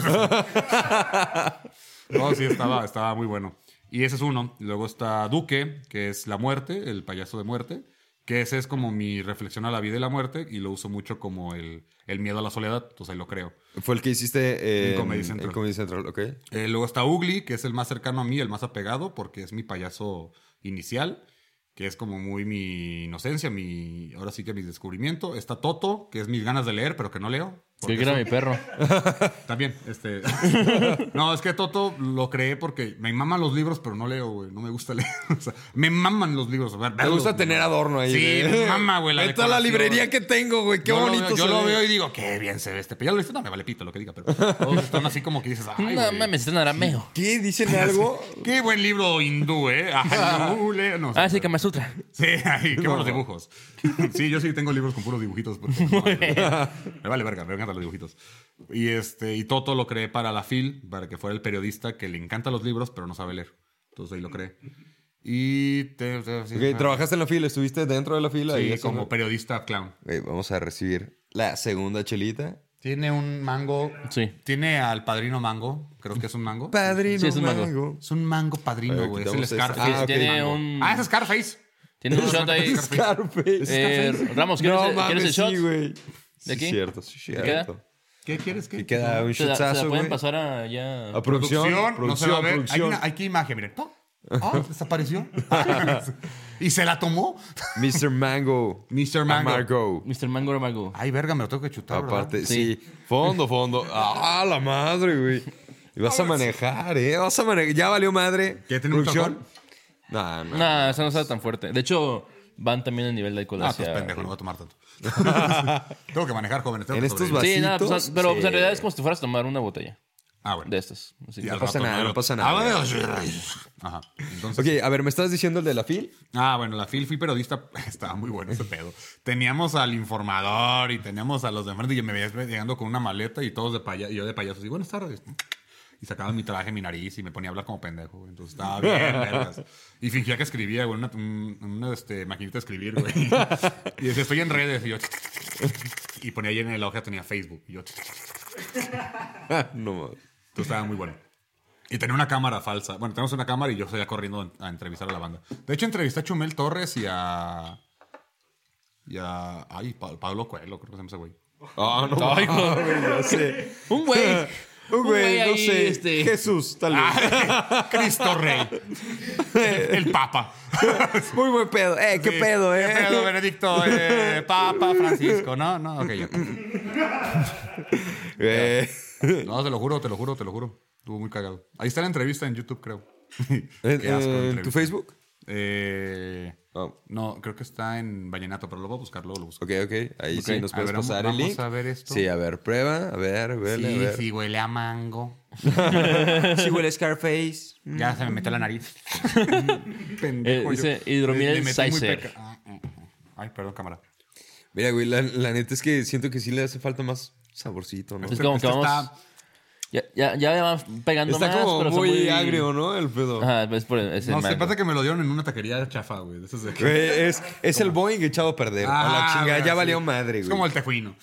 Speaker 3: No, sí, estaba, estaba muy bueno. Y ese es uno. Luego está Duque, que es la muerte, el payaso de muerte. Que ese es como mi reflexión a la vida y la muerte. Y lo uso mucho como el, el miedo a la soledad. Entonces ahí lo creo.
Speaker 1: Fue el que hiciste
Speaker 3: En
Speaker 1: en
Speaker 3: Comedy Central.
Speaker 1: en Comedy Central, ok.
Speaker 3: Eh, luego está Ugly, que es el más cercano a mí, el más apegado, porque es mi payaso inicial. que es como muy mi inocencia, mi ahora sí que mi descubrimiento. Está Toto, que es mis ganas de leer, pero que no leo.
Speaker 2: Que era mi perro.
Speaker 3: También, este... no, es que Toto lo creé porque me maman los libros, pero no leo, güey. No me gusta leer. O sea, me maman los libros. A ver,
Speaker 1: Me
Speaker 3: verlos,
Speaker 1: gusta
Speaker 3: güey.
Speaker 1: tener adorno ahí.
Speaker 3: Sí,
Speaker 1: de-
Speaker 3: me mama, güey, la
Speaker 1: Ve toda la
Speaker 3: decoración.
Speaker 1: librería que tengo, güey. Qué
Speaker 3: Yo lo
Speaker 1: bonito
Speaker 3: veo- Yo
Speaker 1: se
Speaker 3: lo
Speaker 1: ve.
Speaker 3: veo y digo, qué bien se ve este. Pero ya lo viste, no me vale pito lo que diga, pero todos están así como que dices, ay,
Speaker 2: No
Speaker 3: güey.
Speaker 2: mames, está en arameo.
Speaker 1: ¿Qué? ¿Dicen algo?
Speaker 3: Qué buen libro hindú, ¿eh? Ay, no, le- no,
Speaker 2: Ah, sí, Kama Sutra.
Speaker 3: Sí, ay, qué buenos dibujos. Sí, yo sí tengo libros con puros dibujitos. Porque, no, me vale verga, me encantan los dibujitos. Y este y Toto lo creé para la F I L, para que fuera el periodista que le encantan los libros, pero no sabe leer. Entonces ahí lo creé. Y... Te, te- sí,
Speaker 1: Ok, trabajaste en la fila, estuviste dentro de la fila.
Speaker 3: sí,
Speaker 1: y
Speaker 3: como periodista clown.
Speaker 1: Ok, vamos a recibir la segunda chelita.
Speaker 3: Tiene un mango...
Speaker 2: Sí.
Speaker 3: Tiene al padrino mango. Creo que es un mango.
Speaker 1: Padrino
Speaker 2: Sí, es un mango.
Speaker 1: mango.
Speaker 3: Es un mango
Speaker 1: A
Speaker 3: padrino,
Speaker 1: ver,
Speaker 3: güey. Es
Speaker 1: quitamos
Speaker 3: el
Speaker 1: esta.
Speaker 3: Scarface.
Speaker 1: Ah, ok.
Speaker 2: Tiene
Speaker 3: Mango.
Speaker 2: un...
Speaker 3: Ah, es Scarface.
Speaker 2: Tiene un shot ahí.
Speaker 1: Scarface.
Speaker 2: Eh, Ramos, ¿quieres,
Speaker 1: No
Speaker 2: el- ¿quieres el
Speaker 1: mames,
Speaker 2: shot?
Speaker 1: sí, güey.
Speaker 2: ¿De
Speaker 1: Sí,
Speaker 2: aquí?
Speaker 1: cierto, sí,
Speaker 2: queda?
Speaker 1: cierto.
Speaker 3: ¿Qué quieres que
Speaker 1: Y queda un
Speaker 2: Se la, se la
Speaker 1: shotzazo,
Speaker 2: pueden
Speaker 1: güey.
Speaker 2: pasar a ya...
Speaker 1: A producción,
Speaker 3: Producción, no se va a ver. Hay,
Speaker 1: producción.
Speaker 3: una, hay que imagen, miren. ¡Oh! ¡Oh! Desapareció. ¿Y se la tomó?
Speaker 1: mister Mango.
Speaker 3: mister Mango.
Speaker 1: Amargo.
Speaker 2: mister Mango Amargo.
Speaker 3: Ay, verga, me lo tengo que chutar, ¿verdad?
Speaker 1: Aparte, sí. Fondo, fondo. Ah, la madre, güey. Y vas a manejar, ¿eh? Vas a manejar. Ya valió madre.
Speaker 3: ¿Qué, tiene un
Speaker 1: producción? No, no.
Speaker 2: Nah, esa no sabe tan fuerte. De hecho, van también el nivel de alcohol
Speaker 3: Ah,
Speaker 2: hacia...
Speaker 3: pues pendejo, no voy a tomar tanto. tengo que manejar, jóvenes. Tengo
Speaker 1: En
Speaker 3: que
Speaker 1: estos
Speaker 3: sobrevivir.
Speaker 2: Sí, nada, pues,
Speaker 1: vasitos,
Speaker 2: pero
Speaker 1: sí.
Speaker 2: pues, en realidad es como si te fueras a tomar una botella
Speaker 3: Ah, bueno.
Speaker 2: de estas. Así
Speaker 3: Y
Speaker 2: que-
Speaker 3: al
Speaker 1: pasa
Speaker 3: rato
Speaker 1: nada,
Speaker 3: me-
Speaker 1: no pasa nada.
Speaker 3: Ah, bueno, Ajá. Entonces,
Speaker 1: Ok, a ver, ¿me estás diciendo el de la fil?
Speaker 3: Ah, bueno, la F I L fui periodista. Estaba muy bueno ese pedo. Teníamos al informador y teníamos a los de enfrente y me veías llegando con una maleta y todos de payaso. Y yo de payaso. Y buenas tardes. Y sacaba mi traje, mi nariz y me ponía a hablar como pendejo, güey. Entonces estaba bien, vergas. Y fingía que escribía, güey, una, un- una este, maquinita de escribir, güey. Y decía, estoy en redes. Y yo... Y ponía ahí en la hoja, tenía Facebook. Y yo...
Speaker 1: No mames.
Speaker 3: Entonces estaba muy bueno. Y tenía una cámara falsa. Bueno, tenemos una cámara y yo salía corriendo a entrevistar a la banda. De hecho, entrevisté a Chumel Torres y a... Y a... Ay, Pa- Pablo Coelho, creo que se llama ese güey.
Speaker 1: Ah, no
Speaker 2: Ay,
Speaker 1: mames, ya sé.
Speaker 2: Un güey.
Speaker 1: Un güey, no
Speaker 2: ahí,
Speaker 1: sé.
Speaker 2: este-
Speaker 1: Jesús, tal vez.
Speaker 3: Ah, Cristo Rey. El Papa.
Speaker 1: Muy buen pedo. Eh, qué
Speaker 3: Sí.
Speaker 1: pedo, eh.
Speaker 3: ¿Qué pedo, Benedicto? Eh, Papa Francisco, ¿no? No, ok, ya.
Speaker 1: Eh,
Speaker 3: No, te lo juro, te lo juro, te lo juro. Estuvo muy cagado. Ahí está la entrevista en YouTube, creo.
Speaker 1: ¿En,
Speaker 3: Qué asco de
Speaker 1: en
Speaker 3: entrevista.
Speaker 1: tu Facebook?
Speaker 3: Eh,
Speaker 1: Oh,
Speaker 3: no, creo que está en Vallenato, pero lo voy a buscar, luego lo busco.
Speaker 1: ok, ok. Ahí
Speaker 2: Ok.
Speaker 1: sí nos
Speaker 3: A
Speaker 1: puedes
Speaker 3: ver, vamos-
Speaker 1: pasar el
Speaker 3: vamos
Speaker 1: link.
Speaker 3: a ver esto.
Speaker 1: Sí, a ver, prueba. A ver, huele, a
Speaker 3: Sí,
Speaker 1: ver.
Speaker 3: sí, huele a mango.
Speaker 1: Sí, huele a Scarface.
Speaker 3: Ya se me metió la nariz.
Speaker 2: Eh,
Speaker 3: Pendejo.
Speaker 2: dice
Speaker 3: yo.
Speaker 2: hidromiel
Speaker 3: Le- le metí muy
Speaker 2: Sizer.
Speaker 3: peca- Ah, ah, ah. Ay, perdón, cámara.
Speaker 1: Mira, güey, la, la neta es que siento que sí le hace falta más saborcito, ¿no?
Speaker 2: Es como que
Speaker 3: Este
Speaker 2: vamos...
Speaker 3: está-
Speaker 2: Ya, ya, ya vamos pegando
Speaker 1: Está
Speaker 2: más,
Speaker 1: como
Speaker 2: pero son
Speaker 1: muy, agrio, ¿no? El pedo.
Speaker 2: Ajá, es por es el
Speaker 3: No, se
Speaker 2: mango.
Speaker 3: pasa que me lo dieron en una taquería chafa, güey. De esas de...
Speaker 1: Güey, es, es el Boeing echado a perder. a la
Speaker 3: Ah,
Speaker 1: chingada,
Speaker 3: güey,
Speaker 1: ya
Speaker 3: sí.
Speaker 1: valió madre,
Speaker 3: Es
Speaker 1: güey.
Speaker 3: como el tejuino.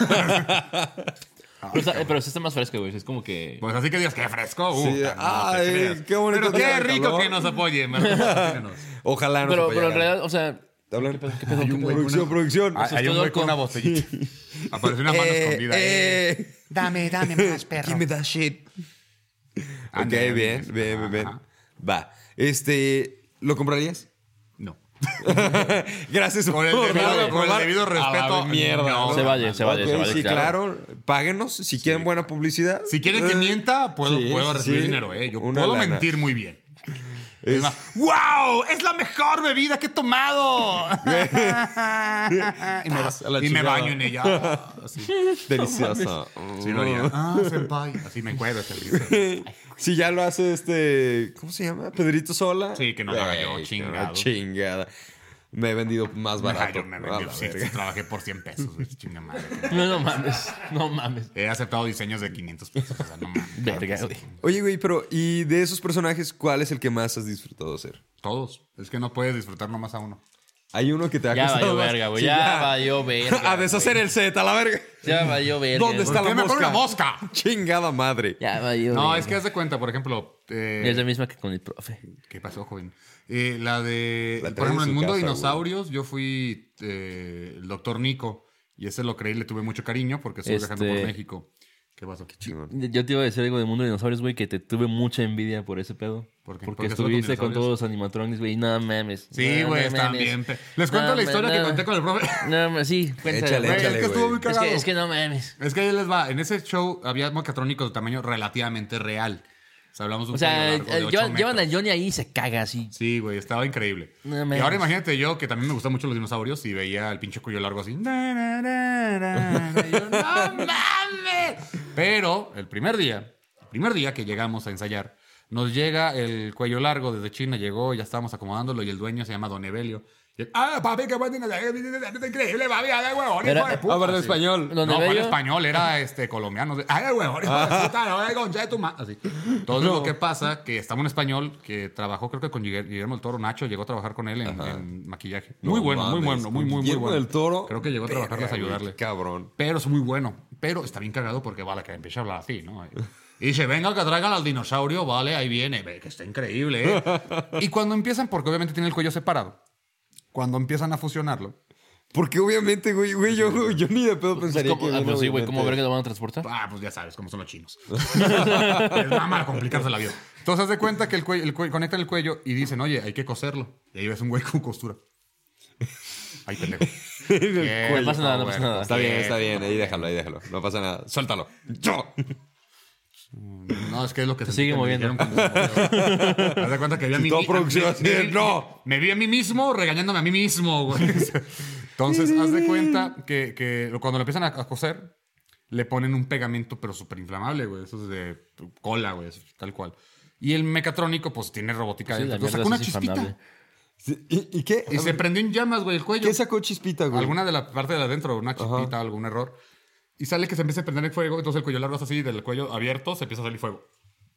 Speaker 2: Pero, está, eh, pero sí está más fresco, güey. Es como que...
Speaker 3: Pues así que digas, qué fresco. Uh,
Speaker 1: Sí,
Speaker 3: no,
Speaker 1: ay,
Speaker 3: te creas.
Speaker 1: qué bonito
Speaker 3: Pero
Speaker 1: que
Speaker 3: qué
Speaker 1: haga
Speaker 3: rico
Speaker 1: calor.
Speaker 3: que nos apoyen. ¿verdad? Patrocínenos.
Speaker 1: Ojalá no
Speaker 2: Pero,
Speaker 1: se
Speaker 2: pero en
Speaker 1: apoyara.
Speaker 2: realidad, o sea...
Speaker 1: ¿Te hablan?
Speaker 2: ¿Qué pedo? ¿Qué pedo?
Speaker 3: Hay un güey con
Speaker 1: Producción,
Speaker 3: una-
Speaker 1: producción.
Speaker 3: Hay- Hay un güey con una botellita. Apareció una mano
Speaker 1: Eh,
Speaker 3: escondida. eh.
Speaker 1: eh.
Speaker 5: Dame, dame más, perro.
Speaker 1: Give me that shit. Ok,
Speaker 3: Ándale,
Speaker 1: bien,
Speaker 3: ándale.
Speaker 1: bien, bien, bien.
Speaker 3: Ajá.
Speaker 1: Va. Este, ¿lo comprarías?
Speaker 3: No.
Speaker 1: Gracias
Speaker 3: Con el
Speaker 1: por
Speaker 3: debido,
Speaker 1: darme a
Speaker 3: con el
Speaker 1: probar.
Speaker 3: debido
Speaker 1: A la
Speaker 3: respeto.
Speaker 1: mierda.
Speaker 3: no.
Speaker 2: Se vale, se vale,
Speaker 1: Ok,
Speaker 2: se vale.
Speaker 1: sí,
Speaker 2: claro.
Speaker 1: claro. Páguenos si quieren buena publicidad.
Speaker 3: Si quieren que
Speaker 1: Eh,
Speaker 3: mienta, puedo,
Speaker 1: sí,
Speaker 3: puedo recibir
Speaker 1: sí.
Speaker 3: dinero, ¿eh? Yo
Speaker 1: Una
Speaker 3: puedo
Speaker 1: lana.
Speaker 3: mentir muy bien.
Speaker 1: Es-
Speaker 3: Es más, ¡wow! ¡Es la mejor bebida que he tomado! y me,
Speaker 1: A la
Speaker 3: y me
Speaker 1: chingada.
Speaker 3: baño en ella. Ah, Así.
Speaker 1: Deliciosa.
Speaker 3: Sí, lo haría. Ah, senpai. Así me encuentro. este
Speaker 1: Si ya lo hace este. ¿Cómo se llama? Pedrito Sola.
Speaker 3: Sí, que no lo haga yo,
Speaker 1: Güey,
Speaker 3: chingado.
Speaker 1: chingada. Me he vendido más barato.
Speaker 3: Yo me
Speaker 1: A
Speaker 3: vendí,
Speaker 1: la
Speaker 3: sí,
Speaker 1: verga.
Speaker 3: trabajé por cien pesos, güey, chinga madre.
Speaker 2: No, no mames. No mames.
Speaker 3: He aceptado diseños de quinientos pesos, o sea, no mames.
Speaker 2: Verga, güey.
Speaker 1: Oye, güey, pero ¿y de esos personajes cuál es el que más has disfrutado hacer?
Speaker 3: Todos. Es que no puedes disfrutar nomás a uno.
Speaker 1: Hay uno que te ha
Speaker 2: Ya
Speaker 1: costado
Speaker 2: valió
Speaker 1: más.
Speaker 2: verga, güey.
Speaker 1: Sí,
Speaker 2: Ya valió verga.
Speaker 1: A deshacer el set, a la verga.
Speaker 2: Ya valió verga.
Speaker 1: ¿Dónde está
Speaker 3: ¿Por
Speaker 1: la
Speaker 3: qué me
Speaker 1: mosca?
Speaker 3: pone una mosca?
Speaker 1: Chingada madre.
Speaker 2: Ya valió
Speaker 3: No,
Speaker 2: verga.
Speaker 3: es que haz de cuenta, por ejemplo. eh,
Speaker 2: Es la misma que con el profe.
Speaker 3: ¿Qué pasó, joven? Eh, la de.
Speaker 1: La
Speaker 3: por
Speaker 1: trae en
Speaker 3: ejemplo, en
Speaker 1: su
Speaker 3: el mundo de
Speaker 1: casa,
Speaker 3: dinosaurios, yo fui eh, el doctor Nico. Y ese lo creí, le tuve mucho cariño porque estuve viajando
Speaker 2: Este-
Speaker 3: por México. ¿Qué pasó?
Speaker 1: Qué chingón.
Speaker 2: Yo te iba a decir algo de Mundo de Dinosaurios, güey, que te tuve mucha envidia por ese pedo.
Speaker 3: ¿Por qué?
Speaker 2: Porque
Speaker 3: ¿Porque solo con
Speaker 2: estuviste con
Speaker 3: dinosaurios?
Speaker 2: todos los animatronics, güey, y no mames.
Speaker 3: Sí,
Speaker 2: no,
Speaker 3: güey,
Speaker 2: no
Speaker 3: están
Speaker 2: mames.
Speaker 3: bien. pe- Les cuento
Speaker 2: No,
Speaker 3: la historia
Speaker 2: no,
Speaker 3: que
Speaker 2: no.
Speaker 3: conté con el profe.
Speaker 2: No, mames, sí, cuéntale.
Speaker 1: Échale,
Speaker 2: güey.
Speaker 1: échale,
Speaker 3: Es que estuvo muy
Speaker 1: güey.
Speaker 2: Es
Speaker 3: cagado.
Speaker 2: que, es que no mames.
Speaker 3: Es que ahí les va. En ese show había mecatrónicos de tamaño relativamente real. O sea, hablamos de un
Speaker 2: O sea,
Speaker 3: cuello largo de
Speaker 2: eh,
Speaker 3: ocho
Speaker 2: llevan, llevan a
Speaker 3: metros.
Speaker 2: Johnny ahí y se caga así.
Speaker 3: Sí, güey, estaba increíble.
Speaker 2: No
Speaker 3: y
Speaker 2: mames.
Speaker 3: ahora imagínate yo, que también me gustan mucho los dinosaurios, y veía el pinche cuello largo así. Na, na, na, na, na, y yo, ¡no mames! Pero el primer día, el primer día que llegamos a ensayar, nos llega el cuello largo desde China, llegó, ya estábamos acomodándolo, y el dueño se llama Don Evelio. Y él, ah, papi, qué buen dinosaurio, es increíble, papi, ay, huevón,
Speaker 2: Era-
Speaker 3: hijo de puta.
Speaker 1: Habla
Speaker 3: Sí.
Speaker 1: español.
Speaker 2: Don
Speaker 3: No, fue
Speaker 2: Evelio.
Speaker 3: español, era este colombiano. Ay, huevón, hijo de puta, no, ay, concha de tu ma-". Así. Entonces, lo que pasa, que estaba un español que trabajó, creo que con Guiller- Guillermo del Toro, Nacho, llegó a trabajar con él en, en maquillaje. Muy
Speaker 1: No
Speaker 3: bueno, muy
Speaker 1: mames,
Speaker 3: bueno, muy, muy, muy
Speaker 1: Guillermo
Speaker 3: bueno.
Speaker 1: del Toro.
Speaker 3: Creo que llegó a trabajarles a
Speaker 1: Verga, güey,
Speaker 3: ayudarle.
Speaker 1: Cabrón.
Speaker 3: Pero es muy bueno. Pero está bien cagado porque, vale, que empieza a hablar así, ¿no? Y dice, venga, que traigan al dinosaurio, vale, ahí viene. Ve, que está increíble, ¿eh? Y cuando empiezan, porque obviamente tiene el cuello separado, cuando empiezan a fusionarlo,
Speaker 1: Porque obviamente, güey, güey, yo, yo ni de pedo pensaría
Speaker 2: ¿Cómo-
Speaker 1: que...
Speaker 2: ah, pues sí, güey,
Speaker 1: obviamente-
Speaker 2: ¿cómo verga lo van a transportar?
Speaker 3: ah, pues ya sabes cómo son los chinos. Es nada más complicarse la vida. Entonces, haz de cuenta que el cuello, el cuello, conectan el cuello y dicen, oye, hay que coserlo. Y ahí ves un güey con costura. Ay, pendejo. Quieto,
Speaker 2: No pasa nada, no
Speaker 3: güey,
Speaker 2: pasa nada.
Speaker 1: Está bien,
Speaker 3: quieto.
Speaker 1: está bien. Ahí déjalo, ahí déjalo. No pasa nada. Suéltalo. Yo.
Speaker 3: No, es que es lo que
Speaker 2: Se
Speaker 3: sentí
Speaker 2: sigue
Speaker 3: que me
Speaker 2: moviendo.
Speaker 3: dijeron cuando se movió. Haz de cuenta que vi a mí
Speaker 1: toda
Speaker 3: mi-
Speaker 1: producción
Speaker 3: me-
Speaker 1: así
Speaker 3: me
Speaker 1: de,
Speaker 3: vi-
Speaker 1: "No".
Speaker 3: Me vi a mí mismo regañándome a mí mismo, güey. Entonces, haz de cuenta que, que cuando lo empiezan a, a coser, le ponen un pegamento, pero súper inflamable, güey. Eso es de cola, güey. Tal cual. Y el mecatrónico, pues, tiene robótica.
Speaker 2: Sí,
Speaker 3: dentro.
Speaker 2: la
Speaker 3: Entonces,
Speaker 2: mierda
Speaker 3: sacó una
Speaker 2: sí es
Speaker 3: chispita.
Speaker 2: inflamable.
Speaker 1: Sí, ¿Y, y qué?
Speaker 3: Y se prendió en llamas, güey, el cuello.
Speaker 1: ¿Qué sacó Chispita, güey?
Speaker 3: Alguna de la parte de adentro, una chispita, algún error. Y sale que se empieza a prender el fuego. Entonces el cuello largo es así, del cuello abierto, se empieza a salir fuego.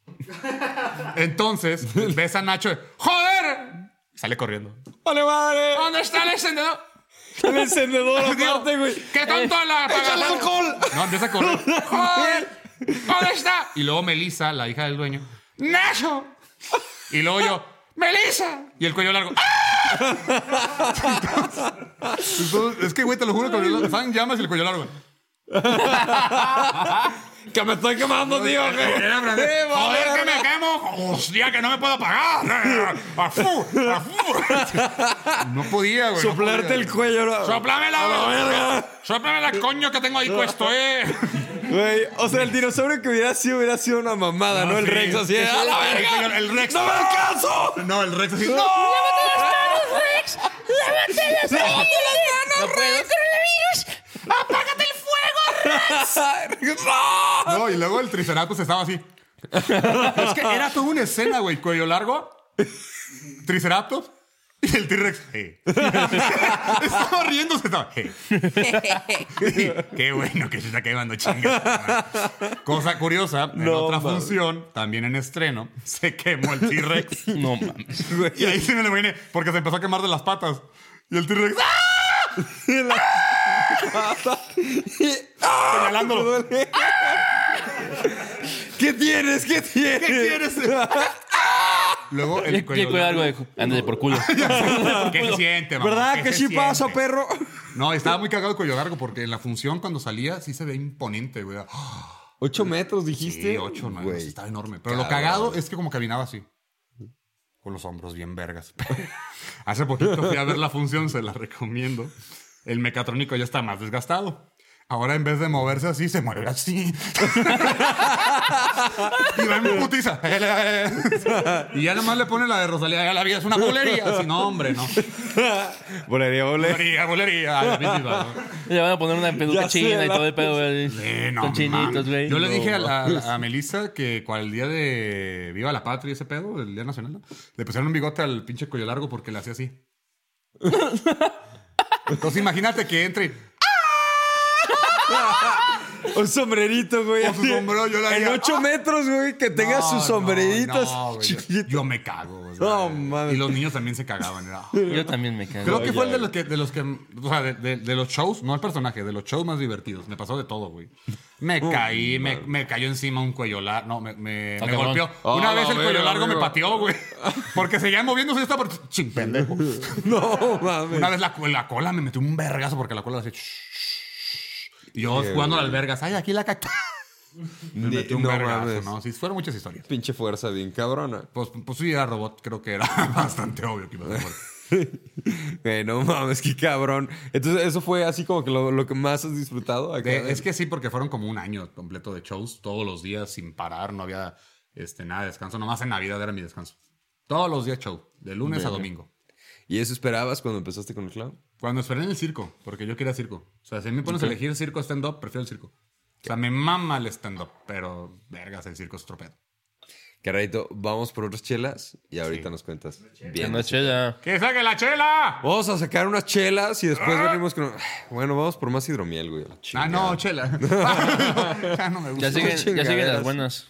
Speaker 3: Entonces ves a Nacho, ¡joder! Y sale corriendo.
Speaker 1: ¡Vale, vale!
Speaker 3: ¿Dónde está el encendedor?
Speaker 1: El encendedor aparte, güey.
Speaker 3: ¡Qué tonto la
Speaker 1: ¡Échale alcohol!
Speaker 3: No, empieza a correr. ¡Joder! ¿Dónde está? Y luego Melissa, la hija del dueño, ¡Nacho! Y luego yo, ¡Melissa! Y el cuello largo, Entonces, es que, güey, te lo juro, que están en llamas y el cuello largo.
Speaker 1: ¡Que me estoy quemando, tío!
Speaker 3: ¡Joder, que me quemo! ¡Hostia, que no me puedo apagar! ¡Afú! ¡Afú! No podía, güey. no
Speaker 1: Soplarte
Speaker 3: podía.
Speaker 1: el cuello, ¿no?
Speaker 3: ¡Sóplame
Speaker 1: A la
Speaker 3: la
Speaker 1: verga.
Speaker 3: ¡Sóplame la coño que tengo ahí puesto, eh!
Speaker 1: Güey, o sea, el dinosaurio que hubiera sido hubiera sido una mamada, ¿no? El
Speaker 3: sí.
Speaker 1: Rex así,
Speaker 3: Sí,
Speaker 1: ¡a la
Speaker 3: el-
Speaker 1: verga!
Speaker 3: el- el Rex.
Speaker 1: ¡No me alcanzo!
Speaker 3: No, el Rex así. ¡No!
Speaker 2: No puedo.
Speaker 1: ¡No!
Speaker 3: No, y luego el Triceratops estaba así. Es que era toda una escena, güey. Cuello largo, Triceratops y el T-Rex. Hey. Estaba riéndose. Estaba. Hey. Qué bueno que se está quemando chingas. Cosa curiosa, en
Speaker 1: No,
Speaker 3: otra
Speaker 1: mames.
Speaker 3: función, también en estreno, se quemó el T-Rex.
Speaker 2: No mames.
Speaker 3: Y ahí sí me lo imaginé, porque se empezó a quemar de las patas. Y el T-Rex. ¡ah! Señalándolo.
Speaker 1: ¿Qué tienes? ¿Qué tienes?
Speaker 3: ¿Qué quieres? Luego el
Speaker 2: ¿Qué
Speaker 3: cuello
Speaker 2: cuello algo
Speaker 3: largo.
Speaker 2: de ándale por culo?
Speaker 3: ¿Qué se siente, mamá?
Speaker 1: ¿Verdad
Speaker 3: ¿Qué
Speaker 1: que
Speaker 3: se
Speaker 1: sí pasa,
Speaker 3: siente?
Speaker 1: perro?
Speaker 3: No, estaba muy cagado el cuello largo porque en la función cuando salía sí se ve imponente, güey.
Speaker 1: ¿Ocho metros dijiste?
Speaker 3: Sí, ocho, nueve,
Speaker 1: Güey.
Speaker 3: estaba enorme. Pero lo
Speaker 1: Cabrón.
Speaker 3: cagado es que como caminaba así. Con los hombros bien vergas. Hace poquito fui a ver la función, se la recomiendo. El mecatrónico ya está más desgastado. Ahora en vez de moverse así, se mueve así. Y va en putiza. Y ya nomás le pone la de Rosalía. Ya la vida es una bolería. Así, no, hombre, no.
Speaker 1: Bolería, bolería.
Speaker 3: Bolería, bolería. Ay, la misma, ¿no?
Speaker 2: Le van a poner una peluca
Speaker 1: Ya sé,
Speaker 2: china y
Speaker 1: la-
Speaker 2: todo el pedo, güey.
Speaker 3: Sí, no,
Speaker 2: Con chinitos,
Speaker 3: mames.
Speaker 2: güey.
Speaker 3: Yo le
Speaker 2: No,
Speaker 3: dije a, la-
Speaker 2: mames.
Speaker 3: a Melissa que cual el día de Viva la Patria, ese pedo, el Día Nacional, ¿no? Le pusieron un bigote al pinche cuello largo porque le hacía así. Entonces imagínate que entre y-
Speaker 1: Un sombrerito, güey.
Speaker 3: Con su
Speaker 1: así.
Speaker 3: sombrero, yo le
Speaker 1: En
Speaker 3: haría,
Speaker 1: ocho
Speaker 3: ¡ah!
Speaker 1: metros, güey, que tenga
Speaker 3: No,
Speaker 1: sus sombreritos
Speaker 3: no, güey, yo-
Speaker 1: chiquitos.
Speaker 3: Yo me cago. o sea,
Speaker 1: No, mames.
Speaker 3: Y los niños también se cagaban. Era-
Speaker 2: Yo también me cago.
Speaker 3: Creo que
Speaker 1: ya,
Speaker 3: fue el de
Speaker 1: güey.
Speaker 3: los que, de los que, o sea, de, de- de los shows, no el personaje, de los shows más divertidos. Me pasó de todo, güey. Me caí, me, me cayó encima un cuello largo. No, me, me,
Speaker 2: Ah,
Speaker 3: me
Speaker 2: cabrón.
Speaker 3: golpeó.
Speaker 1: Ah,
Speaker 3: Una vez
Speaker 1: la
Speaker 3: el cuello
Speaker 1: verga,
Speaker 3: largo me
Speaker 1: amigo.
Speaker 3: pateó, güey. Porque seguía moviéndose y estaba por... Ching, pendejo.
Speaker 1: No, mames.
Speaker 3: Una vez la, la cola me metió un vergazo porque la cola hacía... Y yo jugando a las vergas. Ay, aquí la caca. Me
Speaker 1: Ni-
Speaker 3: metió un
Speaker 1: no
Speaker 3: vergazo,
Speaker 1: mames.
Speaker 3: ¿no? Sí, fueron muchas historias.
Speaker 1: Pinche fuerza bien cabrona.
Speaker 3: Pues, pues sí, era robot. Creo que era bastante obvio que iba a ser fuerte.
Speaker 1: Güey, no mames, qué cabrón. Entonces, eso fue así como que lo, lo que más has disfrutado acá.
Speaker 3: De- es que sí, porque fueron como un año completo de shows, todos los días sin parar, no había este, nada de descanso. Nomás en Navidad era mi descanso. Todos los días show, de lunes a domingo.
Speaker 1: ¿Y eso esperabas cuando empezaste con el clown?
Speaker 3: Cuando esperé en el circo, porque yo quería circo. O sea, si me pones a elegir circo o stand-up, prefiero el circo. O sea, me mama el stand-up, pero vergas, el circo es otro pedo.
Speaker 1: Carrito, vamos por otras chelas y ahorita
Speaker 3: Sí.
Speaker 1: nos cuentas.
Speaker 2: Que
Speaker 1: Bien.
Speaker 2: no chela.
Speaker 3: ¡Que saque la chela!
Speaker 1: Vamos a sacar unas chelas y
Speaker 3: Ah.
Speaker 1: después venimos con... Bueno, vamos por más hidromiel, güey. La
Speaker 3: Ah, no,
Speaker 1: chingada.
Speaker 3: chela. ya no me gusta.
Speaker 2: Ya siguen, ya siguen
Speaker 1: chingaderas.
Speaker 2: las buenas.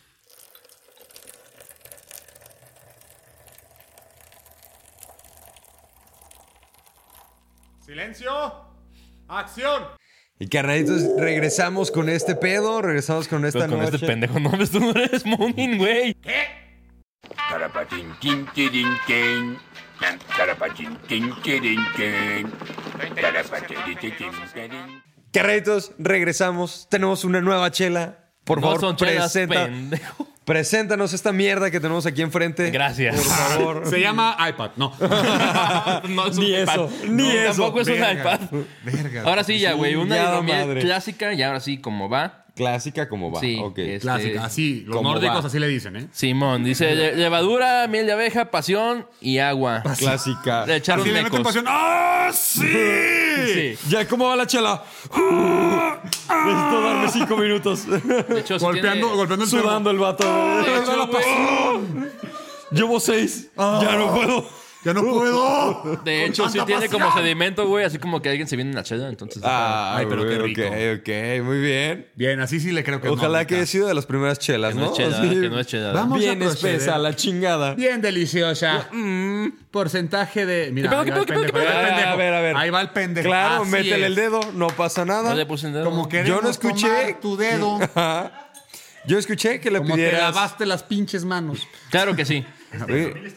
Speaker 3: ¡Silencio! ¡Acción!
Speaker 1: Y carnalitos, regresamos con este pedo, regresamos con esta
Speaker 2: Pero con
Speaker 1: noche.
Speaker 2: este pendejo no ves, tú no eres Moomin, güey.
Speaker 6: Tarapatín, tin, tirin, tin. Tarapatín, tin, tirin, tin. Tarapatín, tin, tirin.
Speaker 1: Carnalitos, regresamos. Tenemos una nueva chela. Por
Speaker 2: No
Speaker 1: favor,
Speaker 2: son chelas,
Speaker 1: presenta,
Speaker 2: pendejo.
Speaker 1: preséntanos esta mierda que tenemos aquí enfrente.
Speaker 2: Gracias.
Speaker 1: Por favor.
Speaker 3: Se llama iPad, no.
Speaker 2: No es un
Speaker 1: Ni
Speaker 2: iPad.
Speaker 1: eso, ni
Speaker 2: No,
Speaker 1: eso.
Speaker 2: Tampoco es un
Speaker 3: Verga,
Speaker 2: iPad.
Speaker 3: verga.
Speaker 2: Ahora sí, ya, güey. Una
Speaker 1: Chingada
Speaker 2: hidromiel
Speaker 1: madre.
Speaker 2: clásica y ahora sí, como va.
Speaker 1: Clásica como va.
Speaker 2: Sí,
Speaker 1: Ok.
Speaker 2: es-
Speaker 3: Clásica, así. Los
Speaker 1: ¿Cómo
Speaker 3: nórdicos
Speaker 1: va?
Speaker 3: así le dicen, ¿eh?
Speaker 2: Simón, dice lle- levadura, miel de abeja, pasión y agua.
Speaker 1: Clásica.
Speaker 2: Le echaron
Speaker 3: Así le meten
Speaker 2: mecos.
Speaker 3: pasión. ¡Ah, sí!
Speaker 2: Sí.
Speaker 1: Ya, ¿cómo va la chela? Necesito darme cinco minutos.
Speaker 2: De hecho, sí
Speaker 3: Golpeando,
Speaker 2: tiene-
Speaker 3: golpeando el
Speaker 1: Sudando el vato.
Speaker 2: De hecho, güey,
Speaker 1: Llevo seis. Ya no puedo.
Speaker 3: ¡Ya no puedo!
Speaker 2: de hecho, sí
Speaker 3: tanta
Speaker 2: tiene como
Speaker 3: pasión.
Speaker 2: sedimento, güey. Así como que alguien se viene en la chela, entonces...
Speaker 1: Ah,
Speaker 3: Ay, pero qué
Speaker 1: güey,
Speaker 3: rico.
Speaker 1: Ok, ok, muy bien.
Speaker 3: Bien, así sí le creo que es
Speaker 1: Ojalá
Speaker 3: nórdica.
Speaker 1: que haya sido de las primeras chelas,
Speaker 2: que no
Speaker 1: ¿no?
Speaker 2: es chela,
Speaker 1: Así,
Speaker 2: que no es chela.
Speaker 3: Vamos.
Speaker 1: bien
Speaker 3: a proceder.
Speaker 1: espesa, la chingada.
Speaker 3: Bien deliciosa. Mm, porcentaje de... Mira,
Speaker 2: ¿Qué pedo,
Speaker 3: ahí
Speaker 2: qué
Speaker 3: va el
Speaker 2: pedo, qué
Speaker 3: pendejo.
Speaker 2: pedo,
Speaker 3: Ahí va el
Speaker 1: qué pedo?
Speaker 3: pendejo.
Speaker 1: A ver, a ver.
Speaker 3: Ahí va el pendejo.
Speaker 1: Claro,
Speaker 3: Así
Speaker 1: métele
Speaker 3: es.
Speaker 1: el dedo, no pasa nada.
Speaker 2: No le puse el dedo.
Speaker 3: Como queremos
Speaker 1: Yo no escuché-
Speaker 3: tomar tu dedo.
Speaker 1: Yo escuché que le
Speaker 3: Como te
Speaker 1: pidieras...
Speaker 3: lavaste las pinches manos.
Speaker 2: Claro que sí.
Speaker 1: Oye,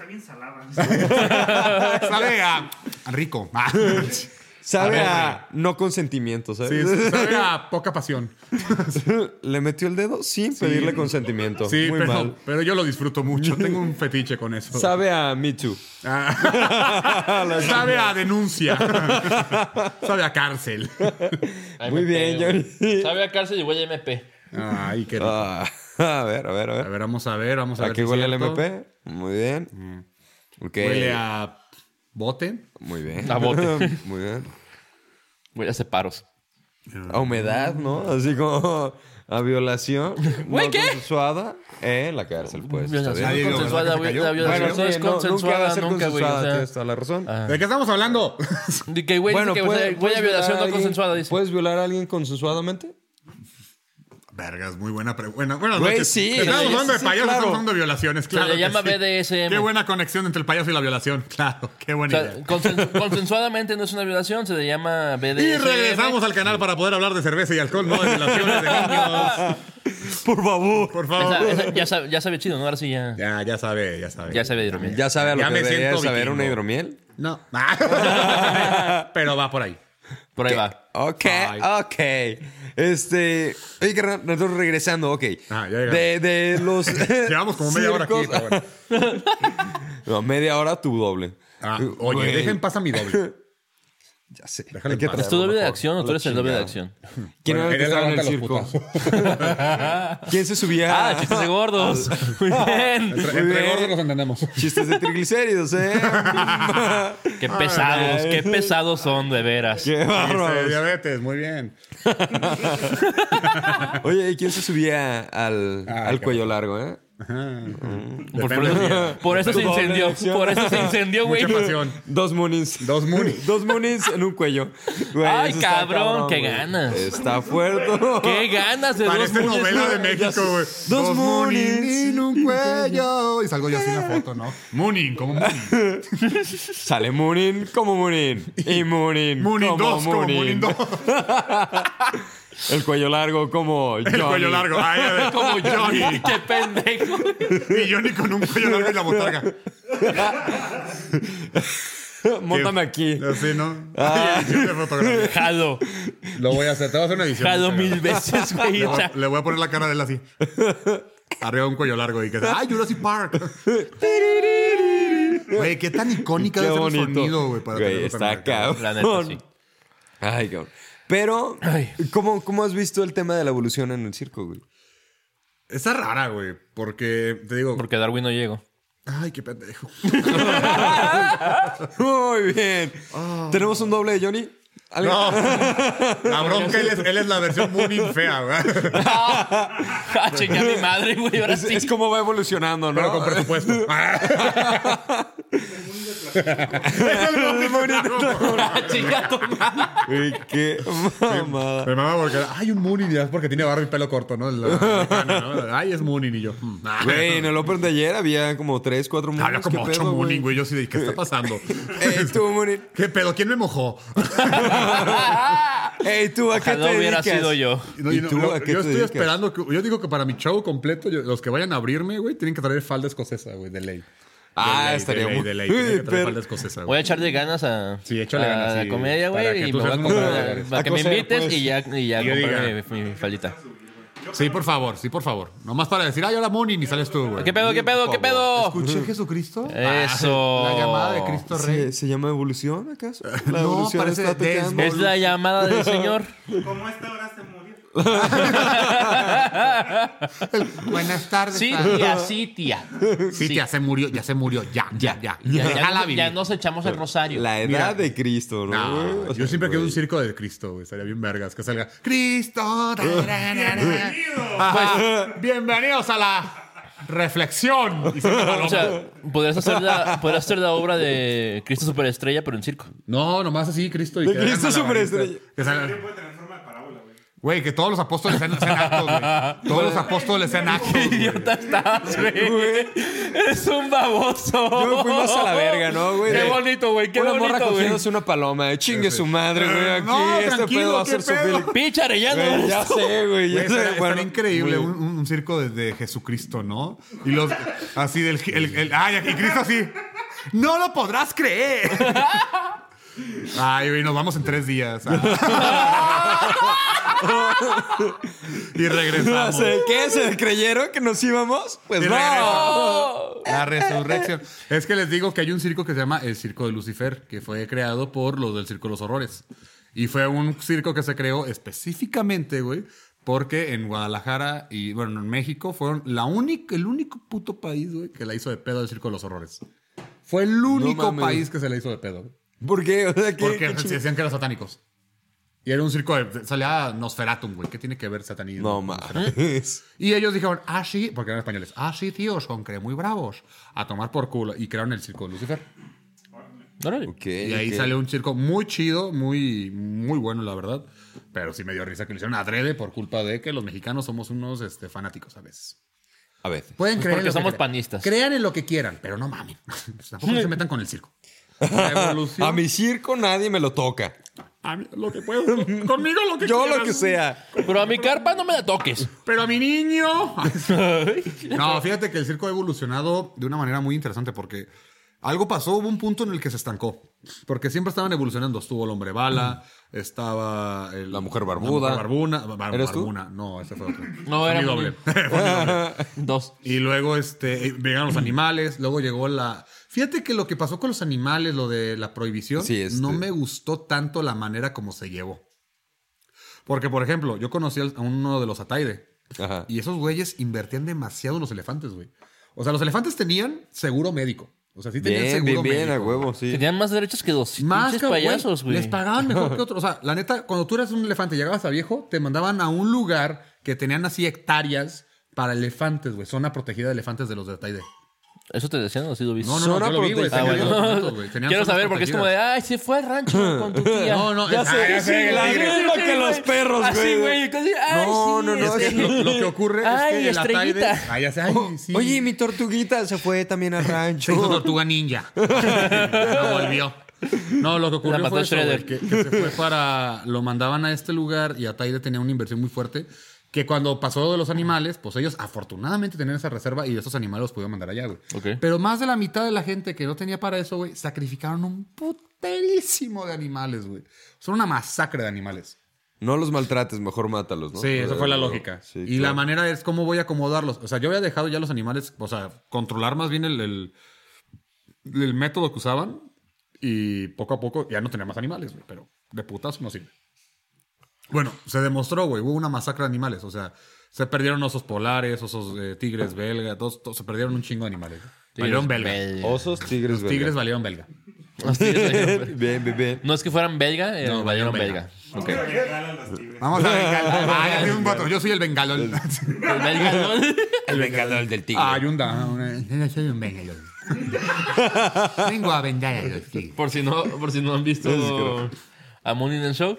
Speaker 3: Sabe a... a rico. Ah.
Speaker 1: sabe
Speaker 3: A
Speaker 1: a, no consentimiento,
Speaker 3: Sí,
Speaker 1: ¿sabes?
Speaker 3: sabe a poca pasión.
Speaker 1: Le metió el dedo sin pedirle consentimiento.
Speaker 3: Sí,
Speaker 1: Muy
Speaker 3: pero,
Speaker 1: mal.
Speaker 3: pero yo lo disfruto mucho. Tengo un fetiche con eso.
Speaker 1: Sabe a Me Too.
Speaker 3: Ah. Sabe a denuncia. Sabe a cárcel.
Speaker 1: Muy bien, Johnny.
Speaker 2: Sabe a cárcel y huele a M P.
Speaker 3: Ay, qué rico.
Speaker 1: Ah, a ver, a ver, a
Speaker 3: A
Speaker 1: ver.
Speaker 3: ver, vamos a ver, vamos a,
Speaker 1: ¿A
Speaker 3: ver.
Speaker 1: qué
Speaker 3: si es
Speaker 1: huele el
Speaker 3: cierto.
Speaker 1: M P? Muy bien. Ok.
Speaker 3: Huele a bote.
Speaker 1: Muy bien.
Speaker 2: A bote.
Speaker 1: Muy bien.
Speaker 2: Huele a separos.
Speaker 1: A humedad, ¿no? Así como a violación.
Speaker 2: Güey,
Speaker 1: no
Speaker 2: ¿qué?
Speaker 1: consensuada en la cárcel, pues. Está
Speaker 2: Violación
Speaker 3: Nadie
Speaker 1: bien.
Speaker 3: vio,
Speaker 2: consensuada,
Speaker 3: ¿verdad, que se
Speaker 2: güey. La
Speaker 3: cayó?
Speaker 2: violación
Speaker 1: Bueno,
Speaker 2: no es
Speaker 1: sí, no, nunca va a
Speaker 2: consensuada
Speaker 1: ser
Speaker 2: nunca, güey. O
Speaker 1: consensuada,
Speaker 2: sea,
Speaker 1: tienes toda la razón.
Speaker 2: ah.
Speaker 3: ¿De qué estamos hablando?
Speaker 2: De que, güey, dice que
Speaker 1: puede-
Speaker 2: huele
Speaker 1: puedes
Speaker 2: a violación
Speaker 1: violar a
Speaker 2: no
Speaker 1: alguien-
Speaker 2: consensuada, dice.
Speaker 1: ¿Puedes violar a alguien consensuadamente?
Speaker 3: Vergas, muy buena pregunta. Buenas
Speaker 1: Güey,
Speaker 3: noches.
Speaker 1: sí,
Speaker 3: Estamos
Speaker 1: sí,
Speaker 3: hablando de
Speaker 1: sí,
Speaker 3: payasos,
Speaker 1: claro.
Speaker 3: estamos hablando de violaciones, claro.
Speaker 2: Se le
Speaker 3: que
Speaker 2: llama
Speaker 3: sí.
Speaker 2: B D S M.
Speaker 3: Qué buena conexión entre el payaso y la violación. Claro, qué
Speaker 2: O
Speaker 3: buena
Speaker 2: sea,
Speaker 3: idea.
Speaker 2: consen- consensuadamente no es una violación, se le llama B D
Speaker 3: Y
Speaker 2: S M.
Speaker 3: regresamos al canal para poder hablar de cerveza y alcohol, no de violaciones de niños.
Speaker 1: Por favor.
Speaker 3: Por favor.
Speaker 2: Esa- esa ya, sabe, ya sabe chido, ¿no? Ahora sí ya.
Speaker 3: Ya, ya sabe, ya sabe.
Speaker 2: Ya sabe de hidromiel.
Speaker 1: ¿Ya sabe a lo
Speaker 3: Ya
Speaker 1: que
Speaker 3: me
Speaker 1: debería
Speaker 3: siento
Speaker 1: saber
Speaker 3: vikingo.
Speaker 1: una hidromiel?
Speaker 3: No. Pero va por ahí.
Speaker 2: Por ahí va.
Speaker 1: Ok,
Speaker 3: Ay.
Speaker 1: ok. Este. Oye, carnal, nosotros regresando, ok.
Speaker 3: Ah, ya llegamos.
Speaker 1: de, de los.
Speaker 3: Llevamos como media hora aquí.
Speaker 1: circos-
Speaker 3: Pero bueno.
Speaker 1: No, media hora tu doble.
Speaker 3: Ah, oye,
Speaker 1: Güey,
Speaker 3: dejen pasar mi doble.
Speaker 1: Ya sé.
Speaker 3: Déjale
Speaker 1: Hay que
Speaker 3: en paz.
Speaker 2: ¿Es tu doble de
Speaker 1: mejor.
Speaker 2: acción o tú
Speaker 1: La
Speaker 2: eres el doble de
Speaker 1: chingada.
Speaker 2: acción?
Speaker 1: ¿Quién era el que
Speaker 3: Él
Speaker 1: estaba en el
Speaker 3: aguanta los
Speaker 1: circo? ¿Quién se subía?
Speaker 2: Ah, chistes de gordos. Muy bien.
Speaker 3: Entre,
Speaker 1: Muy
Speaker 3: entre
Speaker 1: bien.
Speaker 3: gordos nos entendemos.
Speaker 1: Chistes de triglicéridos, ¿eh?
Speaker 2: Qué pesados,
Speaker 1: Ay.
Speaker 2: qué pesados son, de veras.
Speaker 1: Qué
Speaker 3: Dice,
Speaker 1: bárbaros.
Speaker 3: diabetes, muy bien.
Speaker 1: Oye, ¿y quién se subía al,
Speaker 3: Ay,
Speaker 1: al
Speaker 3: qué
Speaker 1: cuello largo, eh?
Speaker 2: Por, por
Speaker 3: Depende del
Speaker 2: eso,
Speaker 3: día.
Speaker 2: por eso se
Speaker 1: Tu doble
Speaker 2: incendió.
Speaker 1: acción.
Speaker 2: Por eso se incendió, güey.
Speaker 3: Mucha pasión.
Speaker 1: Dos moonies.
Speaker 3: Dos moonies.
Speaker 1: Dos moonies en un cuello. Güey,
Speaker 2: Ay,
Speaker 1: eso está
Speaker 2: cabrón, qué
Speaker 1: güey.
Speaker 2: ganas.
Speaker 1: Está fuerte.
Speaker 2: Qué ganas de
Speaker 3: Parece
Speaker 2: dos moonies.
Speaker 3: novela de México, güey.
Speaker 1: Dos
Speaker 3: moonies
Speaker 1: moonies.
Speaker 3: en un cuello. Y salgo yo así en la foto, ¿no? Mooning, como Mooning.
Speaker 1: Sale Moonin como Moonin. Y Moonin
Speaker 3: Mooning
Speaker 1: como
Speaker 3: dos, como Mooning dos.
Speaker 1: El cuello largo como
Speaker 3: El
Speaker 1: Johnny.
Speaker 3: cuello largo. Ay, a ver.
Speaker 2: Como Johnny. Qué pendejo.
Speaker 3: Y Johnny con un cuello largo y la botarga.
Speaker 1: Móntame aquí.
Speaker 3: Así, ¿no? Ah. Edición de fotografía.
Speaker 2: Jalo.
Speaker 3: Lo voy a hacer. Te voy a hacer una edición.
Speaker 2: Jalo mil veces, güey.
Speaker 3: Le voy, le voy a poner la cara de él así. Arriba de un cuello largo y que ¡ay, Jurassic Park! Güey, qué tan icónica
Speaker 1: Qué
Speaker 3: debe ser el
Speaker 1: bonito.
Speaker 3: sonido, güey. Para
Speaker 1: Güey,
Speaker 3: tenerlo
Speaker 1: está
Speaker 3: tan marcado.
Speaker 1: cabrón.
Speaker 2: La neta, sí.
Speaker 1: Ay, cabrón. Pero,
Speaker 2: Ay.
Speaker 1: ¿cómo, ¿cómo has visto el tema de la evolución en el circo, güey?
Speaker 3: Está rara, güey. Porque, te digo...
Speaker 2: Porque Darwin no llegó.
Speaker 3: Ay, qué pendejo.
Speaker 1: Muy bien. ¿Tenemos un doble de Johnny? ¿Alguien?
Speaker 3: No. La bronca, él es, él es la versión Moonin fea, güey.
Speaker 2: Ah, chingue a mi madre, güey. Ahora
Speaker 1: Es,
Speaker 2: sí.
Speaker 1: es como va evolucionando, ¿no?
Speaker 3: Pero con presupuesto.
Speaker 2: Ah, chinga a tu madre.
Speaker 1: Uy, qué mamada.
Speaker 3: Me mama porque hay un Moonin y es porque tiene barba y pelo corto, ¿no? La americana, ¿no? Ay, es Moonin y yo. mm, ah.
Speaker 1: Güey, en el Open de ayer había como tres, cuatro moonies.
Speaker 3: Había como
Speaker 1: ¿Qué
Speaker 3: ocho
Speaker 1: pedo,
Speaker 3: Moonin, güey. Yo sí de, ¿qué está pasando?
Speaker 1: Ey, tú, Moonin.
Speaker 3: ¿Qué pedo? ¿Quién me mojó?
Speaker 1: Ey, tú, ¿a qué
Speaker 2: Ojalá
Speaker 1: te
Speaker 2: hubiera
Speaker 1: dedicas?
Speaker 2: sido yo.
Speaker 3: No,
Speaker 1: ¿Y
Speaker 3: y no,
Speaker 1: tú
Speaker 3: lo-
Speaker 1: a qué
Speaker 3: yo
Speaker 1: te
Speaker 3: estoy
Speaker 1: dedicas?
Speaker 3: esperando que... Yo digo que para mi show completo, yo- los que vayan a abrirme, güey, tienen que traer falda escocesa, güey, de ley.
Speaker 1: Ah,
Speaker 3: De ley,
Speaker 1: estaría
Speaker 3: de ley,
Speaker 1: muy-
Speaker 3: de ley. Tienen que
Speaker 1: Uy,
Speaker 3: traer
Speaker 1: pero-
Speaker 3: falda escocesa,
Speaker 2: Voy
Speaker 3: güey.
Speaker 2: a echarle ganas a,
Speaker 3: Sí, échale
Speaker 2: a
Speaker 3: ganas,
Speaker 2: la
Speaker 3: sí.
Speaker 2: comedia,
Speaker 3: Para
Speaker 2: güey.
Speaker 3: que
Speaker 2: Y
Speaker 3: tú
Speaker 2: me voy a
Speaker 3: seas
Speaker 2: comprar.
Speaker 3: un-
Speaker 2: Para
Speaker 1: a
Speaker 2: que me
Speaker 1: coser,
Speaker 2: invites
Speaker 1: pues.
Speaker 2: y ya, y ya
Speaker 3: Y yo
Speaker 2: comprarme
Speaker 3: diga.
Speaker 2: mi, mi faldita.
Speaker 3: Sí, por favor, sí, por favor. Nomás para decir, ay, hola, Moonin, y sales tú, güey.
Speaker 2: ¿Qué pedo, qué pedo, qué pedo?
Speaker 3: ¿Escuché Jesucristo?
Speaker 2: Eso.
Speaker 3: La llamada de Cristo Rey.
Speaker 1: ¿Se, ¿Se llama evolución, acaso? La
Speaker 3: No,
Speaker 1: evolución
Speaker 3: parece
Speaker 1: está
Speaker 3: des-
Speaker 1: tocando.
Speaker 2: Es la llamada del Señor.
Speaker 7: Como esta hora se murió.
Speaker 3: Buenas tardes.
Speaker 2: Sí,
Speaker 3: padre.
Speaker 2: tía, sí, tía.
Speaker 3: Sí, ya se murió, ya se murió, ya, ya, ya.
Speaker 2: Ya, ya,
Speaker 3: Déjala
Speaker 2: nos-
Speaker 3: vivir.
Speaker 2: ya nos echamos el rosario.
Speaker 1: La edad
Speaker 3: Mira.
Speaker 1: de Cristo, ¿no?
Speaker 3: No,
Speaker 1: güey? O
Speaker 3: yo
Speaker 1: sea,
Speaker 3: siempre quiero un
Speaker 1: güey.
Speaker 3: circo de Cristo, güey. Estaría bien vergas. Que salga Cristo.
Speaker 7: ¡Bienvenido!
Speaker 3: Pues, bienvenidos a la reflexión. Y siempre
Speaker 2: O
Speaker 3: paloma.
Speaker 2: sea, podrías hacer, la, podrías hacer la obra de Cristo Superestrella, pero en circo.
Speaker 3: no, nomás así, Cristo. Y
Speaker 1: De
Speaker 3: que hagan
Speaker 1: Cristo
Speaker 3: malabaristas.
Speaker 1: superestrella.
Speaker 3: Que salga-
Speaker 7: Puede tener forma de parábola, güey.
Speaker 3: Güey, que todos los apóstoles sean, sean actos, güey. Todos los apóstoles sean actos, güey.
Speaker 2: Idiota estás, güey. Eres un baboso.
Speaker 1: Yo me fui más a la verga, ¿no, güey?
Speaker 2: Qué
Speaker 1: De-
Speaker 2: bonito, güey. Qué
Speaker 1: Una morra
Speaker 2: bonito, güey.
Speaker 1: cogiéndose una paloma. eh, Chingue su madre, güey. Aquí
Speaker 3: No,
Speaker 1: este
Speaker 3: tranquilo,
Speaker 1: pedo va a
Speaker 3: ¿qué
Speaker 1: ser su
Speaker 3: pedo?
Speaker 1: fili-
Speaker 2: Pinche Arellano.
Speaker 1: Güey, ya sé, güey. Ya
Speaker 3: Güey,
Speaker 1: sé.
Speaker 3: estaría, estaría
Speaker 1: Bueno,
Speaker 3: increíble
Speaker 1: güey.
Speaker 3: un, un- un circo de, de Jesucristo, ¿no? Y los así del el, el- ay, y Cristo así. No lo podrás creer. Ay, güey, nos vamos en tres días. Y
Speaker 1: No
Speaker 3: regresamos.
Speaker 1: sé, ¿qué? ¿Se creyeron que nos íbamos? Pues
Speaker 3: Y
Speaker 1: no.
Speaker 3: regresamos. La resurrección. Es que les digo que hay un circo que se llama el Circo de Lucifer, que fue creado por los del Circo de los Horrores. Y fue un circo que se creó específicamente, güey, porque en Guadalajara y, bueno, en México fueron la única, el único puto país, güey, que la hizo de pedo el Circo de los Horrores. Fue el único
Speaker 1: mames.
Speaker 3: país que se la hizo de pedo. güey.
Speaker 1: ¿Por qué? O sea, ¿qué,
Speaker 3: Porque
Speaker 1: qué
Speaker 3: se
Speaker 1: ching-
Speaker 3: decían que eran satánicos. Y era un circo de... Salía Nosferatum, güey. ¿Qué tiene que ver satanismo?
Speaker 1: No mames.
Speaker 3: Y ellos dijeron, ah, sí, porque eran españoles. Ah, sí, tíos, son que muy bravos. A tomar por culo. Y crearon el circo de Lucifer.
Speaker 2: Órale.
Speaker 1: Ok,
Speaker 3: Y ahí
Speaker 1: ok.
Speaker 3: salió un circo muy chido, muy, muy bueno, la verdad. Pero sí me dio risa que lo hicieron adrede por culpa de que los mexicanos somos unos este, fanáticos a veces.
Speaker 1: A veces.
Speaker 3: Pueden
Speaker 2: Pues
Speaker 3: creer
Speaker 2: porque
Speaker 3: en lo que
Speaker 2: somos
Speaker 3: crean.
Speaker 2: panistas.
Speaker 3: Crean en lo que quieran, pero no mamen. Tampoco se metan con el circo. La evolución.
Speaker 1: A mi circo nadie me lo toca.
Speaker 3: A mí, lo que puedo. Conmigo lo que
Speaker 1: Yo
Speaker 3: quieras.
Speaker 1: lo que sea.
Speaker 2: Pero a mi carpa no me la toques.
Speaker 3: Pero a mi niño. No, fíjate que el circo ha evolucionado de una manera muy interesante porque algo pasó, hubo un punto en el que se estancó. Porque siempre estaban evolucionando. Estuvo el hombre bala, estaba el-
Speaker 1: La mujer barbuda.
Speaker 3: La mujer barbuna. bar-
Speaker 1: ¿Eres tú?
Speaker 3: barbuna. No, ese fue otro.
Speaker 2: No,
Speaker 3: Fue
Speaker 2: era
Speaker 3: mi
Speaker 2: mi-
Speaker 3: doble. Fue mi doble.
Speaker 2: Dos.
Speaker 3: Y luego este, eh, llegaron los animales, luego llegó la... Fíjate que lo que pasó con los animales, lo de la prohibición,
Speaker 1: Sí, este-
Speaker 3: no me gustó tanto la manera como se llevó. Porque, por ejemplo, yo conocí al- a uno de los Ataide
Speaker 1: Ajá.
Speaker 3: y esos güeyes invertían demasiado en los elefantes, güey. O sea, los elefantes tenían seguro médico. O sea, sí tenían
Speaker 1: Bien,
Speaker 3: seguro
Speaker 1: bien, bien,
Speaker 3: médico.
Speaker 1: a huevo, sí.
Speaker 2: Tenían más derechos que dos
Speaker 3: Más
Speaker 2: pinches
Speaker 3: que, güey,
Speaker 2: payasos, güey.
Speaker 3: Les pagaban mejor que otros. O sea, la neta, cuando tú eras un elefante y llegabas a viejo, te mandaban a un lugar que tenían así hectáreas para elefantes, güey. Zona protegida de elefantes de los de Ataide.
Speaker 2: ¿Eso te decían o sí lo viste?
Speaker 3: No, no, no,
Speaker 1: Zona
Speaker 3: yo lo vi, güey.
Speaker 1: protegida.
Speaker 3: Tenía
Speaker 2: Ah,
Speaker 3: los
Speaker 2: bueno.
Speaker 3: documentos, güey. Tenían
Speaker 2: Quiero
Speaker 3: zonas
Speaker 2: saber porque es como de,
Speaker 3: protegidas.
Speaker 2: ay, se fue al rancho con tu tía.
Speaker 3: No, no,
Speaker 1: Ya
Speaker 3: es-
Speaker 1: sé,
Speaker 3: ah, ya
Speaker 1: sí,
Speaker 3: sé, el
Speaker 1: la
Speaker 3: tigre.
Speaker 1: misma que los perros,
Speaker 2: Así,
Speaker 1: güey.
Speaker 2: güey. casi, ay,
Speaker 1: No,
Speaker 2: sí,
Speaker 1: no, no,
Speaker 2: este-
Speaker 1: es
Speaker 3: Lo, lo que ocurre
Speaker 2: Ay,
Speaker 3: es que el Ataide...
Speaker 2: estrellita.
Speaker 3: Ah, ya sé, ay, sí.
Speaker 1: Oye, y mi tortuguita se fue también al
Speaker 3: Se hizo
Speaker 1: rancho.
Speaker 3: tortuga ninja. No volvió. No, lo que
Speaker 2: La
Speaker 3: ocurrió
Speaker 2: mató
Speaker 3: fue eso,
Speaker 2: Shredder.
Speaker 3: güey, que, que se fue para... Lo mandaban a este lugar y Ataide tenía una inversión muy fuerte Que cuando pasó de los animales, pues ellos afortunadamente tenían esa reserva y esos animales los pudieron mandar allá, güey.
Speaker 2: Ok.
Speaker 3: Pero más de la mitad de la gente que no tenía para eso, güey, sacrificaron un puterísimo de animales, güey. Son una masacre de animales.
Speaker 1: No los maltrates, mejor mátalos, ¿no?
Speaker 3: Sí, esa fue la
Speaker 1: Eh,
Speaker 3: lógica.
Speaker 1: sí,
Speaker 3: y
Speaker 1: claro.
Speaker 3: la manera es cómo voy a acomodarlos. O sea, yo había dejado ya los animales, o sea, controlar más bien el, el, el método que usaban y poco a poco ya no tenía más animales, güey, pero de putazo no sirve. Bueno, se demostró, güey, hubo una masacre de animales. O sea, se perdieron osos polares, osos eh, tigres belga, todos, todos- se perdieron un chingo de animales. Valieron belga.
Speaker 2: Belga.
Speaker 1: Osos, tigres,
Speaker 3: Los tigres
Speaker 1: belga.
Speaker 3: valieron belga.
Speaker 2: Los tigres valieron-
Speaker 1: Bien, bien, bien.
Speaker 2: No es que fueran belga, eh,
Speaker 3: No,
Speaker 2: valieron
Speaker 3: valieron
Speaker 2: belga. Ok.
Speaker 7: Regalan los tigres.
Speaker 3: Vamos a vengar. Ah, ya tengo un voto. Yo soy el bengalol.
Speaker 2: El belga, ¿no?
Speaker 1: El vengador del tigre.
Speaker 3: Ah, hay un down. Yo soy un bengalol. Vengo a vengar a los tigres.
Speaker 2: Por si no, por si no han visto a Moon in the Show.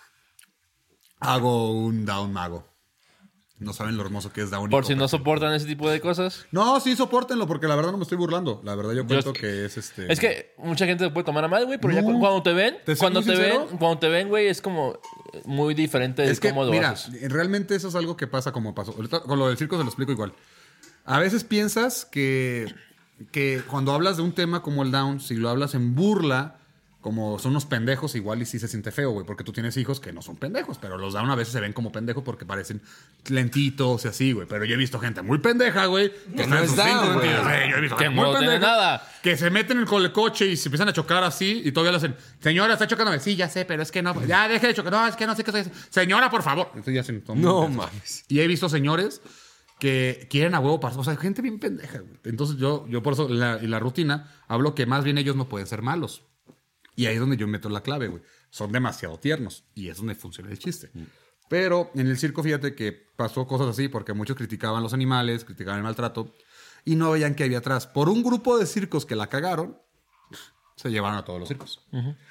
Speaker 3: Hago un down mago. No saben lo hermoso que es down.
Speaker 2: Por si no soportan ese tipo de cosas.
Speaker 3: No, sí, sopórtenlo, porque la verdad no me estoy burlando. La verdad yo cuento
Speaker 2: es-
Speaker 3: que es este...
Speaker 2: Es que mucha gente te puede tomar a mal, güey, pero ya
Speaker 3: No.
Speaker 2: cu- cuando te ven,
Speaker 3: ¿Te soy
Speaker 2: cuando
Speaker 3: muy
Speaker 2: te
Speaker 3: sincero?
Speaker 2: ven, cuando te ven, güey, es como muy diferente de
Speaker 3: Es que,
Speaker 2: cómo lo
Speaker 3: mira,
Speaker 2: haces.
Speaker 3: realmente eso es algo que pasa como pasó. Ahorita con lo del circo se lo explico igual. A veces piensas que, que cuando hablas de un tema como el down, si lo hablas en burla, como son unos pendejos, igual y sí se siente feo, güey, porque tú tienes hijos que no son pendejos, pero los down a veces se ven como pendejos porque parecen lentitos y así, güey. Pero yo he visto gente muy pendeja, güey, que
Speaker 1: no
Speaker 3: está en
Speaker 1: es
Speaker 3: sus
Speaker 1: down,
Speaker 3: cinco
Speaker 1: güey.
Speaker 3: sentidos. Sí, yo he visto
Speaker 2: Que
Speaker 3: gente
Speaker 2: no
Speaker 3: muy
Speaker 2: tiene
Speaker 3: pendeja
Speaker 2: nada.
Speaker 3: que se meten con el coche y se empiezan a chocar así y todavía le hacen, señora, está chocando. Sí, ya sé, pero es que no, ya deje de chocar. No, es que no sé qué estoy haciendo. Señora, por favor. Entonces ya hacen todo
Speaker 1: No
Speaker 3: muy intenso.
Speaker 1: mames.
Speaker 3: Y he visto señores que quieren a huevo pasar. O sea, gente bien pendeja, güey. Entonces yo, yo por eso en la, en la rutina hablo que más bien ellos no pueden ser malos. Y ahí es donde yo meto la clave, güey. Son demasiado tiernos. Y es donde funciona el chiste. Pero en el circo, fíjate que pasó cosas así porque muchos criticaban los animales, criticaban el maltrato y no veían qué había atrás. Por un grupo de circos que la cagaron, se llevaron a todos los circos.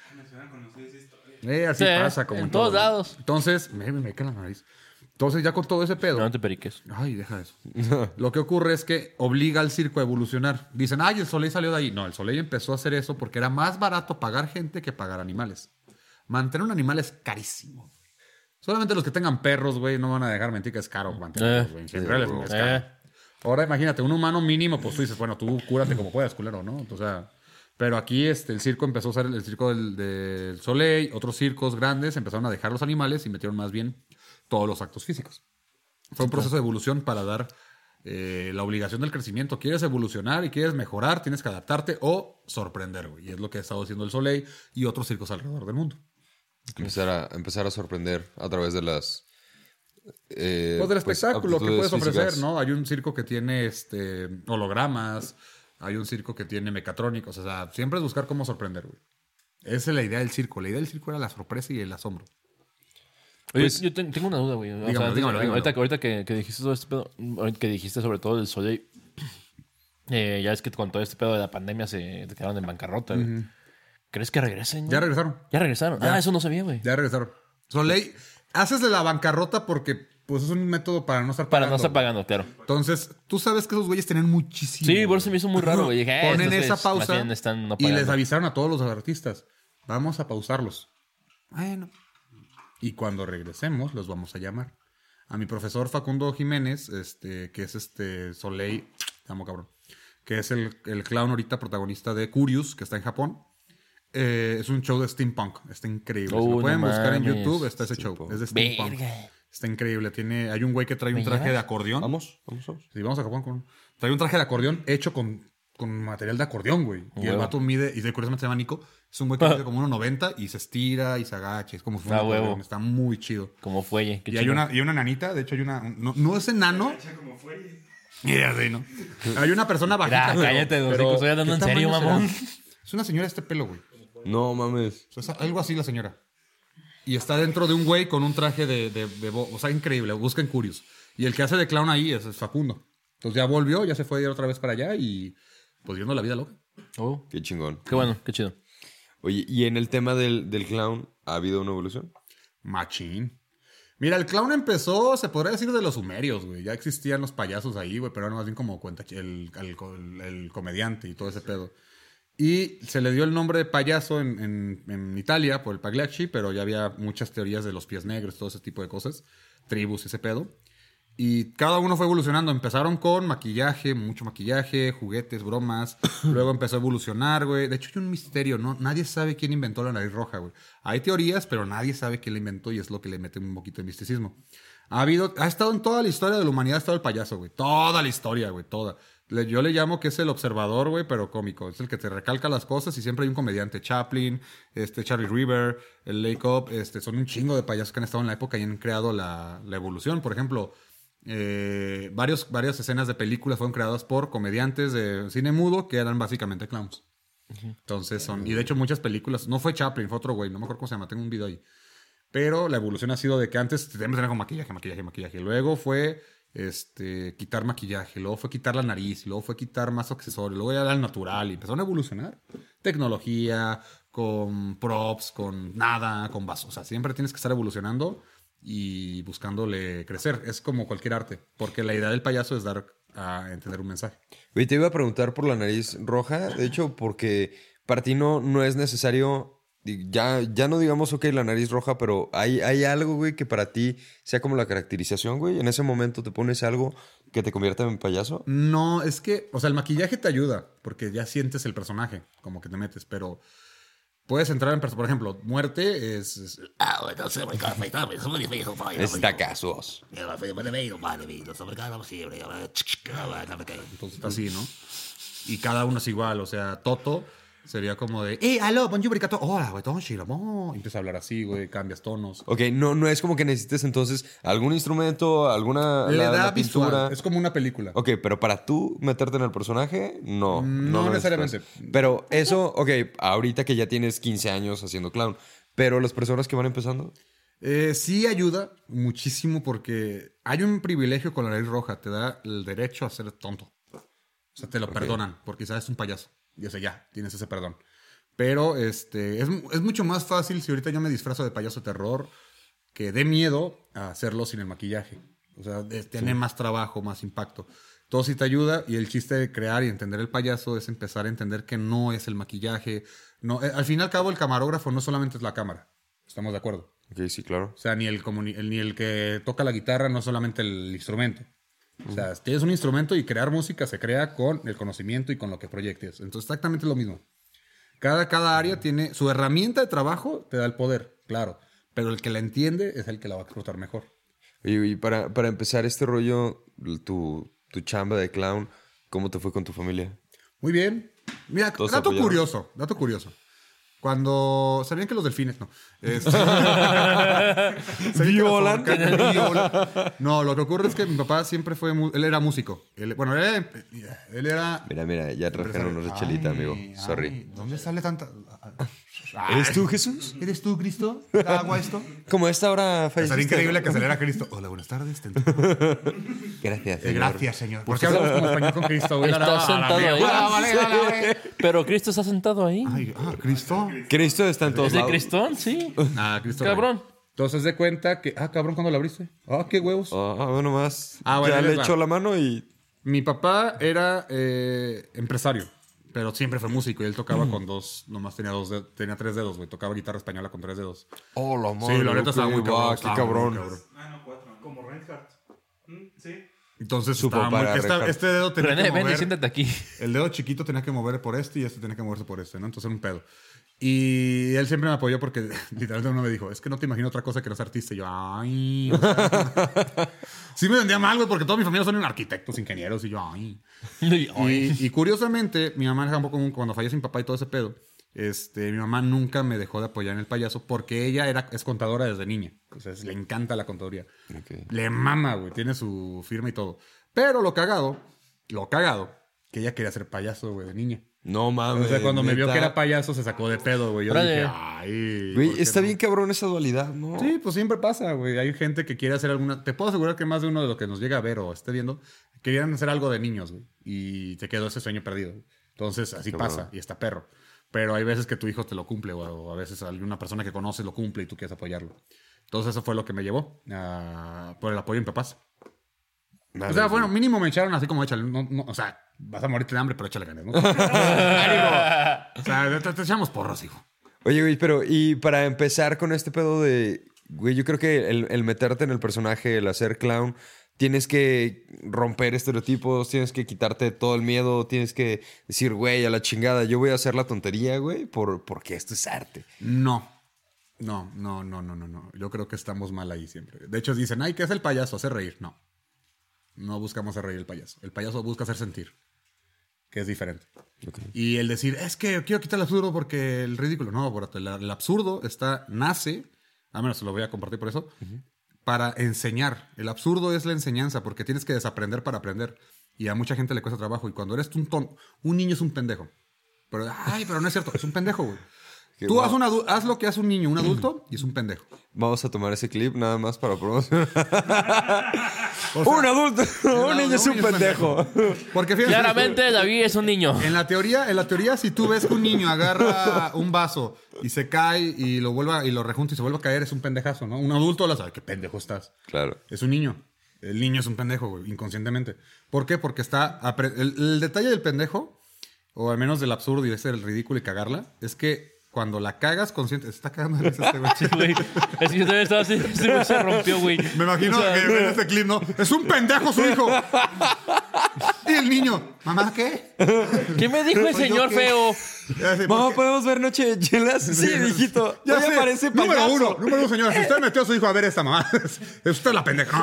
Speaker 3: Eh, así
Speaker 2: Sí,
Speaker 3: pasa como
Speaker 2: en
Speaker 3: todo,
Speaker 2: todos
Speaker 3: ¿no?
Speaker 2: lados.
Speaker 3: Entonces, me, me, me cae la nariz. Entonces, ya con todo ese pedo.
Speaker 2: No, no te periques.
Speaker 3: Ay, deja eso. Lo que ocurre es que obliga al circo a evolucionar. Dicen, ay, el Soleil salió de ahí. No, el Soleil empezó a hacer eso porque era más barato pagar gente que pagar animales. Mantener un animal es carísimo. Solamente los que tengan perros, güey, no van a dejar mentir que es caro mantenerlos,
Speaker 2: Eh,
Speaker 3: güey. En general es, es caro.
Speaker 2: Eh.
Speaker 3: Ahora imagínate, un humano mínimo, pues tú dices, bueno, tú cúrate como puedas, culero, ¿no? O sea, pero aquí este, el circo empezó a ser el circo del, del Soleil, otros circos grandes empezaron a dejar los animales y metieron más bien todos los actos físicos. Fue un proceso de evolución para dar eh, la obligación del crecimiento. Quieres evolucionar y quieres mejorar, tienes que adaptarte o sorprender, güey. Y es lo que ha estado haciendo el Soleil y otros circos alrededor del mundo.
Speaker 1: Empezar a, empezar a sorprender a través de las... eh,
Speaker 3: Pues del
Speaker 1: pues,
Speaker 3: espectáculo que
Speaker 1: aptitudes
Speaker 3: puedes ofrecer,
Speaker 1: físicas.
Speaker 3: ¿no? Hay un circo que tiene este, hologramas, hay un circo que tiene mecatrónicos, o sea, siempre es buscar cómo sorprender, güey. Esa es la idea del circo. La idea del circo era la sorpresa y el asombro.
Speaker 2: Oye,
Speaker 1: Pues-
Speaker 2: yo ten- tengo una duda, güey. O
Speaker 3: Dígamelo,
Speaker 2: sea,
Speaker 3: dígamelo, dígamelo.
Speaker 2: Ahorita, ahorita que, que dijiste todo este pedo, ahorita que dijiste sobre todo el Soleil, eh, ya es que con todo este pedo de la pandemia se declararon en bancarrota, güey. ¿Crees que regresen? güey?
Speaker 3: Ya regresaron.
Speaker 2: Ya regresaron.
Speaker 3: Ya.
Speaker 2: Ah, eso no sabía, güey.
Speaker 3: Ya regresaron. Soleil, haces de la bancarrota porque pues es un método para no estar
Speaker 2: Para
Speaker 3: pagando.
Speaker 2: no estar pagando, claro.
Speaker 3: Entonces, tú sabes que esos güeyes tienen muchísimo.
Speaker 2: Sí, por eso se me hizo muy raro, güey. Dije, eh,
Speaker 3: Ponen
Speaker 2: estos
Speaker 3: esa
Speaker 2: güeyes
Speaker 3: pausa
Speaker 2: más bien están no
Speaker 3: y les
Speaker 2: pagando.
Speaker 3: avisaron a todos los artistas. Vamos a pausarlos. Bueno. Y cuando regresemos, los vamos a llamar. A mi profesor Facundo Jiménez, este, que es este Soleil, te amo cabrón, que es el, el clown ahorita protagonista de Curious, que está en Japón. Eh, es un show de steampunk. Está increíble. Si
Speaker 2: Oh,
Speaker 3: lo
Speaker 2: no
Speaker 3: pueden buscar en
Speaker 2: mames.
Speaker 3: YouTube, está ese show. Es de steampunk.
Speaker 2: Verga.
Speaker 3: Está increíble. Tiene, hay un güey que trae un
Speaker 2: ¿Me
Speaker 3: traje
Speaker 2: llevas?
Speaker 3: de acordeón.
Speaker 1: Vamos, vamos, vamos.
Speaker 3: Sí, vamos a Japón con... Trae un traje de acordeón hecho con, con material de acordeón, güey. Y el
Speaker 2: Huevo.
Speaker 3: vato mide, y de curiosamente se llama Nico, es un güey que mide como uno noventa y se estira y se agacha. Es como si fuera
Speaker 2: Ah,
Speaker 3: un
Speaker 2: huevo.
Speaker 3: acordeón. Está muy chido.
Speaker 2: Como fuelle. Qué
Speaker 3: Y hay
Speaker 2: chido.
Speaker 3: una, y una nanita, de hecho hay una... No, no es enano. Y así, ¿no? Hay una persona bajita.
Speaker 2: Mira,
Speaker 3: pero-
Speaker 2: cállate, dos
Speaker 3: pero-
Speaker 2: hijos, estoy hablando
Speaker 3: ¿qué
Speaker 2: en serio,
Speaker 3: tamaño será?
Speaker 2: mamón.
Speaker 3: Es una señora de este pelo, güey.
Speaker 1: No mames.
Speaker 3: O sea, es algo así la señora. Y está dentro de un güey con un traje de... de, de bo- o sea, increíble. Busquen Curious. Y el que hace de clown ahí es, es Facundo. Entonces ya volvió, ya se fue otra vez para allá y pues viendo la vida loca.
Speaker 2: Oh,
Speaker 1: Qué chingón.
Speaker 2: qué bueno, qué chido.
Speaker 1: Oye, ¿y en el tema del, del clown ha habido una evolución?
Speaker 3: Machín. Mira, el clown empezó, se podría decir, de los sumerios, güey. Ya existían los payasos ahí, güey, pero era más bien como cuenta el, el, el- el comediante y todo ese pedo. Y se le dio el nombre de payaso en, en- en Italia por el Pagliacci, pero ya había muchas teorías de los pies negros, todo ese tipo de cosas, tribus y ese pedo. Y cada uno fue evolucionando. Empezaron con maquillaje, mucho maquillaje, juguetes, bromas. Luego empezó a evolucionar, güey. De hecho, hay un misterio, ¿no? Nadie sabe quién inventó la nariz roja, güey. Hay teorías, pero nadie sabe quién la inventó y es lo que le mete un poquito de misticismo. Ha habido... Ha estado en toda la historia de la humanidad, ha estado el payaso, güey. Toda la historia, güey, toda. Le- Yo le llamo que es el observador, güey, pero cómico. Es el que te recalca las cosas y siempre hay un comediante. Chaplin, este, Charlie River, el Lake Up. Este, son un chingo de payasos que han estado en la época y han creado la, la evolución. Por ejemplo... Eh, varios, varias escenas de películas fueron creadas por comediantes de cine mudo que eran básicamente clowns. Entonces son... Y de hecho muchas películas... No fue Chaplin, fue otro güey. No me acuerdo cómo se llama. Tengo un video ahí. Pero la evolución ha sido de que antes teníamos que tener con maquillaje, maquillaje, maquillaje. Luego fue este, quitar maquillaje. Luego fue quitar la nariz. Luego fue quitar más accesorios. Luego ya era el natural. Y empezaron a evolucionar. Tecnología, con props, con nada, con vasos. O sea, siempre tienes que estar evolucionando y buscándole crecer. Es como cualquier arte, porque la idea del payaso es dar a entender un mensaje.
Speaker 1: Güey, te iba a preguntar por la nariz roja, de hecho, porque para ti no, no es necesario, ya, ya no digamos, ok, la nariz roja, pero hay, hay algo, güey, que para ti sea como la caracterización, güey. En ese momento te pones algo que te convierta en payaso.
Speaker 3: No, es que, o sea, el maquillaje te ayuda, porque ya sientes el personaje, como que te metes, pero puedes entrar en, perso- por ejemplo, muerte es... es-
Speaker 4: Ah, bueno, se me cae afeitarme, eso me dijo, vaya,
Speaker 1: Está casos.
Speaker 3: Entonces, así, ¿no? Y cada uno es igual, o sea, Toto sería como de, ¡eh, aló, bonjour, bricato! ¡Hola, güey, todo chilamo! Empieza a hablar así, güey, cambias tonos.
Speaker 1: Ok, no, no es como que necesites entonces algún instrumento, alguna
Speaker 3: Le
Speaker 1: la-
Speaker 3: da
Speaker 1: la
Speaker 3: visual,
Speaker 1: pintura.
Speaker 3: es como una película.
Speaker 1: Ok, pero para tú meterte en el personaje, no.
Speaker 3: No
Speaker 1: lo
Speaker 3: necesariamente.
Speaker 1: necesitas. Pero eso, ok, ahorita que ya tienes quince años haciendo clown, pero las personas que van empezando...
Speaker 3: Eh, sí ayuda muchísimo porque hay un privilegio con la nariz roja, te da el derecho a ser tonto. O sea, te lo perdonan porque sabes un payaso. Y o sea, ya, tienes ese perdón. Pero este, es, es mucho más fácil si ahorita yo me disfrazo de payaso de terror que dé miedo a hacerlo sin el maquillaje. O sea, de- tiene más trabajo, más impacto. Todo sí te ayuda y el chiste de crear y entender el payaso es empezar a entender que no es el maquillaje. No, eh, al fin y al cabo el camarógrafo no solamente es la cámara. ¿Estamos de acuerdo?
Speaker 1: Ok, sí, claro.
Speaker 3: O sea, ni el, comuni- el- ni el que toca la guitarra no es solamente el instrumento. O sea, tienes un instrumento y crear música se crea con el conocimiento y con lo que proyectes. Entonces, exactamente lo mismo. Cada, cada área tiene su herramienta de trabajo, te da el poder, claro. Pero el que la entiende es el que la va a explotar mejor.
Speaker 1: Y, y para, para empezar este rollo, tu, tu chamba de clown, ¿cómo te fue con tu familia?
Speaker 3: Muy bien. Mira,
Speaker 1: ¿Todos
Speaker 3: dato
Speaker 1: apoyaron?
Speaker 3: curioso, dato curioso. Cuando... ¿Sabían que los delfines? No. Este- ¿Sabían que
Speaker 1: ¿Violan?
Speaker 3: las orcas violan? No, lo que ocurre es que mi papá siempre fue... mu- Él era músico. Él- bueno, él era... Él era
Speaker 1: Mira, mira, ya trajeron unos de chelita, amigo.
Speaker 3: Ay,
Speaker 1: Sorry.
Speaker 3: ay, ¿dónde sale tanta...?
Speaker 1: ¿Eres tú, Jesús?
Speaker 3: ¿Eres tú, Cristo? ¿Da agua esto?
Speaker 1: Como a esta hora
Speaker 3: Sería
Speaker 1: falleciste.
Speaker 3: increíble que saliera Cristo. Hola, buenas tardes. te entiendo.
Speaker 1: Gracias,
Speaker 3: Eh,
Speaker 1: señor.
Speaker 3: Gracias, señor. ¿Por qué hablamos como español con Cristo? güey?
Speaker 2: Está
Speaker 3: A la- a la
Speaker 2: sentado
Speaker 3: mierda.
Speaker 2: ahí.
Speaker 3: Ah, vale, vale, vale.
Speaker 2: Pero Cristo está sentado ahí.
Speaker 3: Ay, ah, Cristo.
Speaker 1: Cristo está en todos
Speaker 2: ¿Es de
Speaker 1: lados.
Speaker 2: Cristón? Sí.
Speaker 3: Ah, Cristo.
Speaker 2: Cabrón.
Speaker 3: Entonces, de cuenta que... Ah, cabrón, ¿cuándo lo abriste? Ah, qué huevos.
Speaker 1: Ah, bueno, más.
Speaker 3: Ah, bueno,
Speaker 1: ya
Speaker 3: ahí
Speaker 1: le
Speaker 3: les va.
Speaker 1: echó la mano y...
Speaker 3: Mi papá era eh, empresario, pero siempre fue músico y él tocaba con dos, nomás tenía dos, de- tenía tres dedos, güey, tocaba guitarra española con tres dedos.
Speaker 1: Oh, la madre.
Speaker 3: Sí, la neta estaba
Speaker 1: ok,
Speaker 3: muy cabrón.
Speaker 1: va,
Speaker 3: estaba
Speaker 1: qué
Speaker 3: muy
Speaker 1: cabrón.
Speaker 7: Ah, no, cuatro. Como Reinhardt. Mm, sí.
Speaker 3: Entonces,
Speaker 1: Supo
Speaker 3: estaba muy-
Speaker 1: para
Speaker 3: esta-
Speaker 1: Reinhardt.
Speaker 3: este dedo tenía
Speaker 2: René,
Speaker 3: que
Speaker 2: ven y
Speaker 3: mover,
Speaker 2: siéntate aquí.
Speaker 3: el dedo chiquito tenía que mover por este y este tenía que moverse por este, ¿no? Entonces era un pedo. Y él siempre me apoyó porque literalmente uno me dijo, es que no te imagino otra cosa que no ser artista. Y yo, ay. O sea, sí me vendía mal, güey, porque toda mi familia son arquitectos, ingenieros. Y yo, ay. Y, y curiosamente, mi mamá un poco cuando falleció mi papá y todo ese pedo, este, mi mamá nunca me dejó de apoyar en el payaso porque ella era, es contadora desde niña. O sea, le encanta la contaduría.
Speaker 1: Ok.
Speaker 3: Le mama, güey. Tiene su firma y todo. Pero lo cagado, lo cagado, que ella quería ser payaso, güey, de niña.
Speaker 1: No mames.
Speaker 3: O sea, cuando me vio
Speaker 1: neta.
Speaker 3: que era payaso, se sacó de pedo, güey. Yo
Speaker 2: Órale.
Speaker 3: dije, ay.
Speaker 1: Güey,
Speaker 3: ¿por qué
Speaker 1: está
Speaker 3: no?
Speaker 1: bien cabrón esa dualidad, ¿no?
Speaker 3: Sí, pues siempre pasa, güey. Hay gente que quiere hacer alguna... Te puedo asegurar que más de uno de los que nos llega a ver o esté viendo, querían hacer algo de niños, güey. Y te quedó ese sueño perdido. Güey. Entonces, así
Speaker 1: Cabrón.
Speaker 3: pasa. Y está perro. Pero hay veces que tu hijo te lo cumple, güey. O a veces alguna persona que conoces lo cumple y tú quieres apoyarlo. Entonces, eso fue lo que me llevó a- por el apoyo de mis papás.
Speaker 1: Madre
Speaker 3: O sea,
Speaker 1: mía.
Speaker 3: bueno, mínimo me echaron así como échale. No, no, o sea, vas a morirte de hambre, pero échale ganas, ¿no? Ánimo. O sea, te, te echamos porros, hijo.
Speaker 1: Oye, güey, pero y para empezar con este pedo de... Güey, yo creo que el, el meterte en el personaje, el hacer clown, tienes que romper estereotipos, tienes que quitarte todo el miedo, tienes que decir, güey, a la chingada, yo voy a hacer la tontería, güey, por, porque esto es arte.
Speaker 3: No. No, no, no, no, no, no. Yo creo que estamos mal ahí siempre. De hecho, dicen, ay, ¿qué es el payaso? Hacer reír. No. No buscamos hacer reír el payaso. El payaso busca hacer sentir. Que es diferente. Okay. Y el decir, es que quiero quitar el absurdo porque el ridículo. No, el, el absurdo está, nace, a menos se lo voy a compartir por eso, uh-huh. para enseñar. El absurdo es la enseñanza porque tienes que desaprender para aprender. Y a mucha gente le cuesta trabajo. Y cuando eres un ton, un niño es un pendejo. Pero, ay, pero no es cierto, es un pendejo, güey. Tú wow. haz, un adu- haz lo que hace un niño, un adulto, y es un pendejo.
Speaker 1: Vamos a tomar ese clip nada más para promocionar. O sea, un adulto, un niño es un pendejo.
Speaker 3: Porque fíjate,
Speaker 2: claramente esto, David es un niño.
Speaker 3: En la teoría, en la teoría, si tú ves que un niño agarra un vaso y se cae y lo vuelva y lo rejunta y se vuelve a caer, es un pendejazo, ¿no? Un adulto la sabe, qué pendejo estás.
Speaker 1: Claro.
Speaker 3: Es un niño. El niño es un pendejo, güey, inconscientemente. ¿Por qué? Porque está apre- el, el detalle del pendejo, o al menos del absurdo y de ser el ridículo y cagarla, es que cuando la cagas consciente... Se está cagando de este güey.
Speaker 2: Sí, güey. Es que yo también estaba así. Este güey se rompió, güey.
Speaker 3: Me imagino o sea, que en este clip, ¿no? ¡Es un pendejo su hijo! Y el niño, ¿mamá qué?
Speaker 2: ¿Qué me dijo el señor feo?
Speaker 1: Sé, Mamá, ¿podemos ver Noche de Chelas? Sí, hijito. Ya me parece payaso.
Speaker 3: Número uno, número uno, señora. Si usted metió a su hijo a ver esta mamá, es usted la pendeja.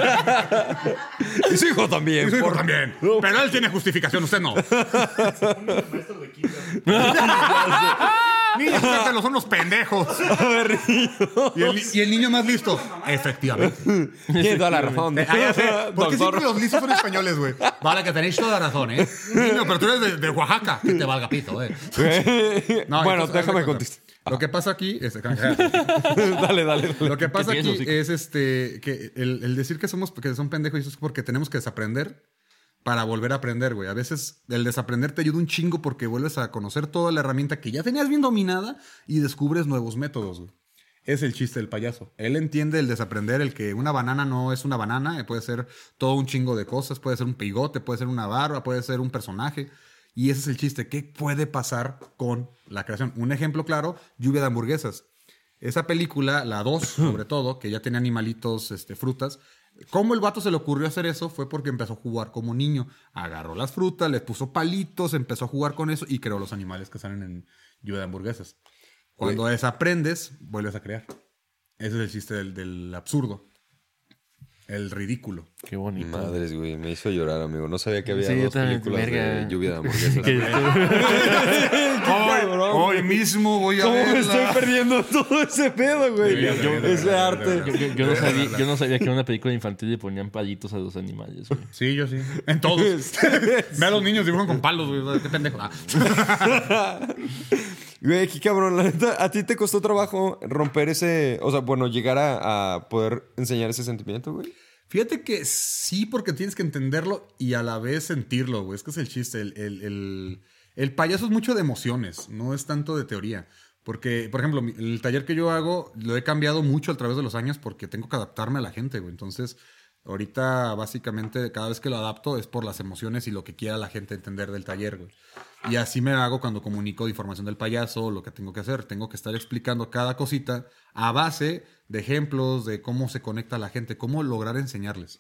Speaker 1: Y su hijo también.
Speaker 3: Y su hijo
Speaker 1: por...
Speaker 3: también. Pero él tiene justificación, usted no.
Speaker 7: Maestro de kinder.
Speaker 3: Niños, ustedes son los pendejos. Y el, y el niño más listo. Efectivamente.
Speaker 1: Tiene toda la razón.
Speaker 3: Eh, ah, sé. ¿Por qué siempre los listos son españoles, güey? Vale, que tenéis toda la razón, ¿eh? Niño, pero tú eres de, de Oaxaca. Que te valga pito, ¿eh?
Speaker 1: No, bueno, déjame contestar.
Speaker 3: Lo que pasa aquí es...
Speaker 1: dale, dale, dale.
Speaker 3: Lo que pasa aquí es este que el, el decir que somos que son pendejos y eso es porque tenemos que desaprender para volver a aprender, güey. A veces el desaprender te ayuda un chingo porque vuelves a conocer toda la herramienta que ya tenías bien dominada y descubres nuevos métodos, güey. Es el chiste del payaso. Él entiende el desaprender, el que una banana no es una banana, puede ser todo un chingo de cosas, puede ser un pigote, puede ser una barba, puede ser un personaje. Y ese es el chiste. ¿Qué puede pasar con la creación? Un ejemplo claro, Lluvia de hamburguesas. Esa película, la dos, sobre todo, que ya tenía animalitos, este, frutas. ¿Cómo el vato se le ocurrió hacer eso? Fue porque empezó a jugar como niño. Agarró las frutas, les puso palitos, empezó a jugar con eso y creó los animales que salen en Lluvia de hamburguesas. Cuando Uy. desaprendes, vuelves a crear. Ese es el chiste del, del absurdo. El ridículo.
Speaker 2: Qué bonito.
Speaker 1: Madres, güey. Me hizo llorar, amigo. No sabía que había
Speaker 2: sí,
Speaker 1: dos películas verga. de Lluvia de hamburguesas.
Speaker 3: hoy, hoy mismo voy a
Speaker 1: ¿Cómo
Speaker 3: verla?
Speaker 1: me estoy perdiendo todo ese pedo, güey? Yo, yo, ese arte.
Speaker 2: Yo, yo, yo, no sabía, yo no sabía que era una película infantil y ponían palitos a los animales, güey.
Speaker 3: Sí, yo sí. En todos. Ve a los niños dibujan con palos, güey. Qué pendejo. Ah.
Speaker 1: Güey, qué cabrón. La neta, ¿a ti te costó trabajo romper ese... O sea, bueno, llegar a, a poder enseñar ese sentimiento, güey?
Speaker 3: Fíjate que sí, porque tienes que entenderlo y a la vez sentirlo, güey. Es que es el chiste. El, el, el, el payaso es mucho de emociones, no es tanto de teoría. Porque, por ejemplo, el taller que yo hago lo he cambiado mucho a través de los años porque tengo que adaptarme a la gente, güey. Entonces, ahorita, básicamente, cada vez que lo adapto es por las emociones y lo que quiera la gente entender del taller, güey. Y así me hago cuando comunico información del payaso, lo que tengo que hacer. Tengo que estar explicando cada cosita a base de ejemplos, de cómo se conecta la gente, cómo lograr enseñarles.